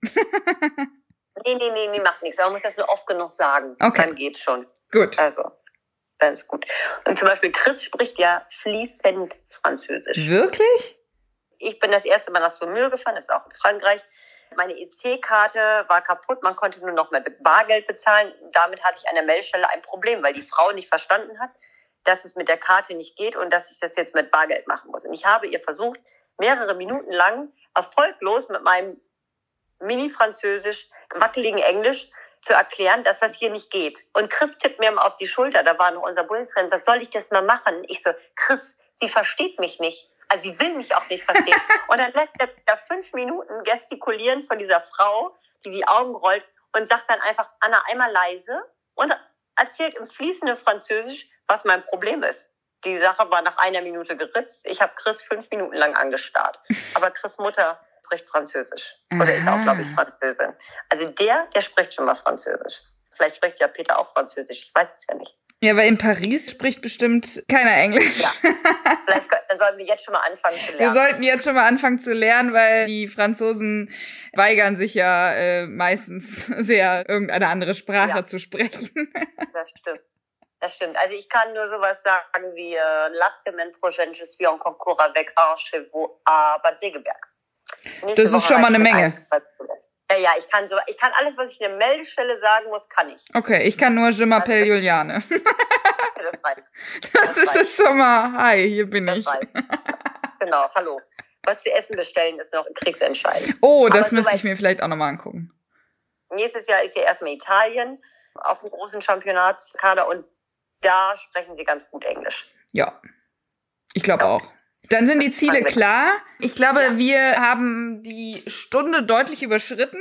Nee, macht nichts. Man muss das nur oft genug sagen. Okay. Dann geht's schon. Gut. Also, dann ist gut. Und zum Beispiel Chris spricht ja fließend Französisch. Wirklich? Ich bin das erste Mal nach Saumur gefahren, das ist auch in Frankreich. Meine EC-Karte war kaputt, man konnte nur noch mit Bargeld bezahlen. Damit hatte ich an der Meldestelle ein Problem, weil die Frau nicht verstanden hat, dass es mit der Karte nicht geht und dass ich das jetzt mit Bargeld machen muss. Und ich habe ihr versucht, mehrere Minuten lang erfolglos mit meinem Mini-Französisch, wackeligen Englisch zu erklären, dass das hier nicht geht. Und Chris tippt mir mal auf die Schulter, da war noch unser Bundestrainer, sagt, soll ich das mal machen? Ich so, Chris, sie versteht mich nicht. Also sie will mich auch nicht verstehen. Und dann lässt er da 5 Minuten gestikulieren von dieser Frau, die die Augen rollt und sagt dann einfach, Anna, einmal leise und erzählt im fließenden Französisch, was mein Problem ist. Die Sache war nach 1 Minute geritzt. Ich habe Chris 5 Minuten lang angestarrt. Aber Chris' Mutter spricht Französisch. Oder ist auch, glaube ich, Französin. Also der spricht schon mal Französisch. Vielleicht spricht ja Peter auch Französisch. Ich weiß es ja nicht. Ja, weil in Paris spricht bestimmt keiner Englisch. Ja, vielleicht sollten wir jetzt schon mal anfangen zu lernen. Wir sollten jetzt schon mal anfangen zu lernen, weil die Franzosen weigern sich ja meistens sehr, irgendeine andere Sprache zu sprechen. Das stimmt. Also ich kann nur sowas sagen wie La semaine prochaine, je suis en concours avec un chez vous à Bad Segeberg. Das ist schon mal eine Menge. Ja, ich kann alles, was ich in der Meldestelle sagen muss, kann ich. Okay, ich kann nur Je m'appelle Juliane. Das weiß ich. Das ist schon mal, hi, hier bin ich. Weiß ich. Genau, hallo. Was zu essen bestellen ist noch kriegsentscheidend. Oh, das müsste ich mir vielleicht auch nochmal angucken. Nächstes Jahr ist ja erstmal Italien auf dem großen Championatskader und da sprechen sie ganz gut Englisch. Ja, ich glaube auch. Dann sind die Ziele klar. Ich glaube, wir haben die Stunde deutlich überschritten.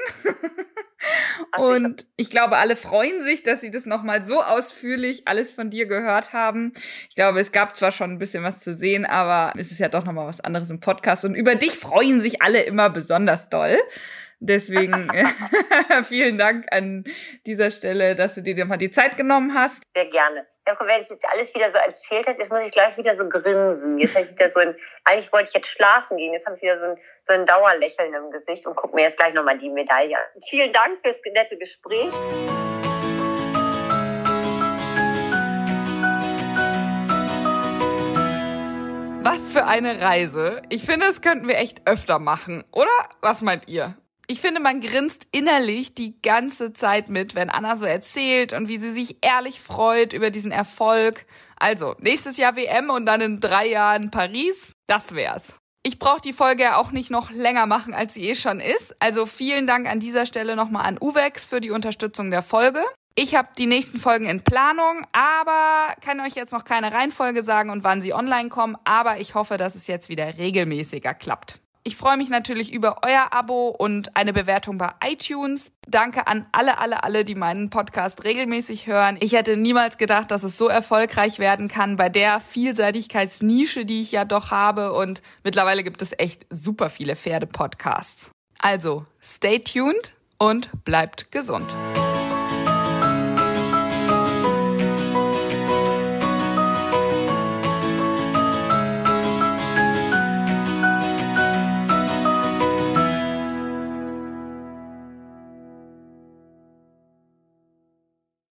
Und ich glaube, alle freuen sich, dass sie das nochmal so ausführlich alles von dir gehört haben. Ich glaube, es gab zwar schon ein bisschen was zu sehen, aber es ist ja doch nochmal was anderes im Podcast. Und über dich freuen sich alle immer besonders doll. Deswegen vielen Dank an dieser Stelle, dass du dir nochmal die Zeit genommen hast. Sehr gerne. Ja, wenn ich jetzt alles wieder so erzählt habe, jetzt muss ich gleich wieder so grinsen. Jetzt habe ich wieder eigentlich wollte ich jetzt schlafen gehen, jetzt habe ich wieder so ein Dauerlächeln im Gesicht und gucke mir jetzt gleich nochmal die Medaille an. Vielen Dank fürs nette Gespräch. Was für eine Reise. Ich finde, das könnten wir echt öfter machen, oder? Was meint ihr? Ich finde, man grinst innerlich die ganze Zeit mit, wenn Anna so erzählt und wie sie sich ehrlich freut über diesen Erfolg. Also, nächstes Jahr WM und dann in 3 Jahren Paris, das wär's. Ich brauche die Folge ja auch nicht noch länger machen, als sie schon ist. Also vielen Dank an dieser Stelle nochmal an Uwex für die Unterstützung der Folge. Ich habe die nächsten Folgen in Planung, aber kann euch jetzt noch keine Reihenfolge sagen und wann sie online kommen. Aber ich hoffe, dass es jetzt wieder regelmäßiger klappt. Ich freue mich natürlich über euer Abo und eine Bewertung bei iTunes. Danke an alle, die meinen Podcast regelmäßig hören. Ich hätte niemals gedacht, dass es so erfolgreich werden kann bei der Vielseitigkeitsnische, die ich ja doch habe. Und mittlerweile gibt es echt super viele Pferde-Podcasts. Also, stay tuned und bleibt gesund.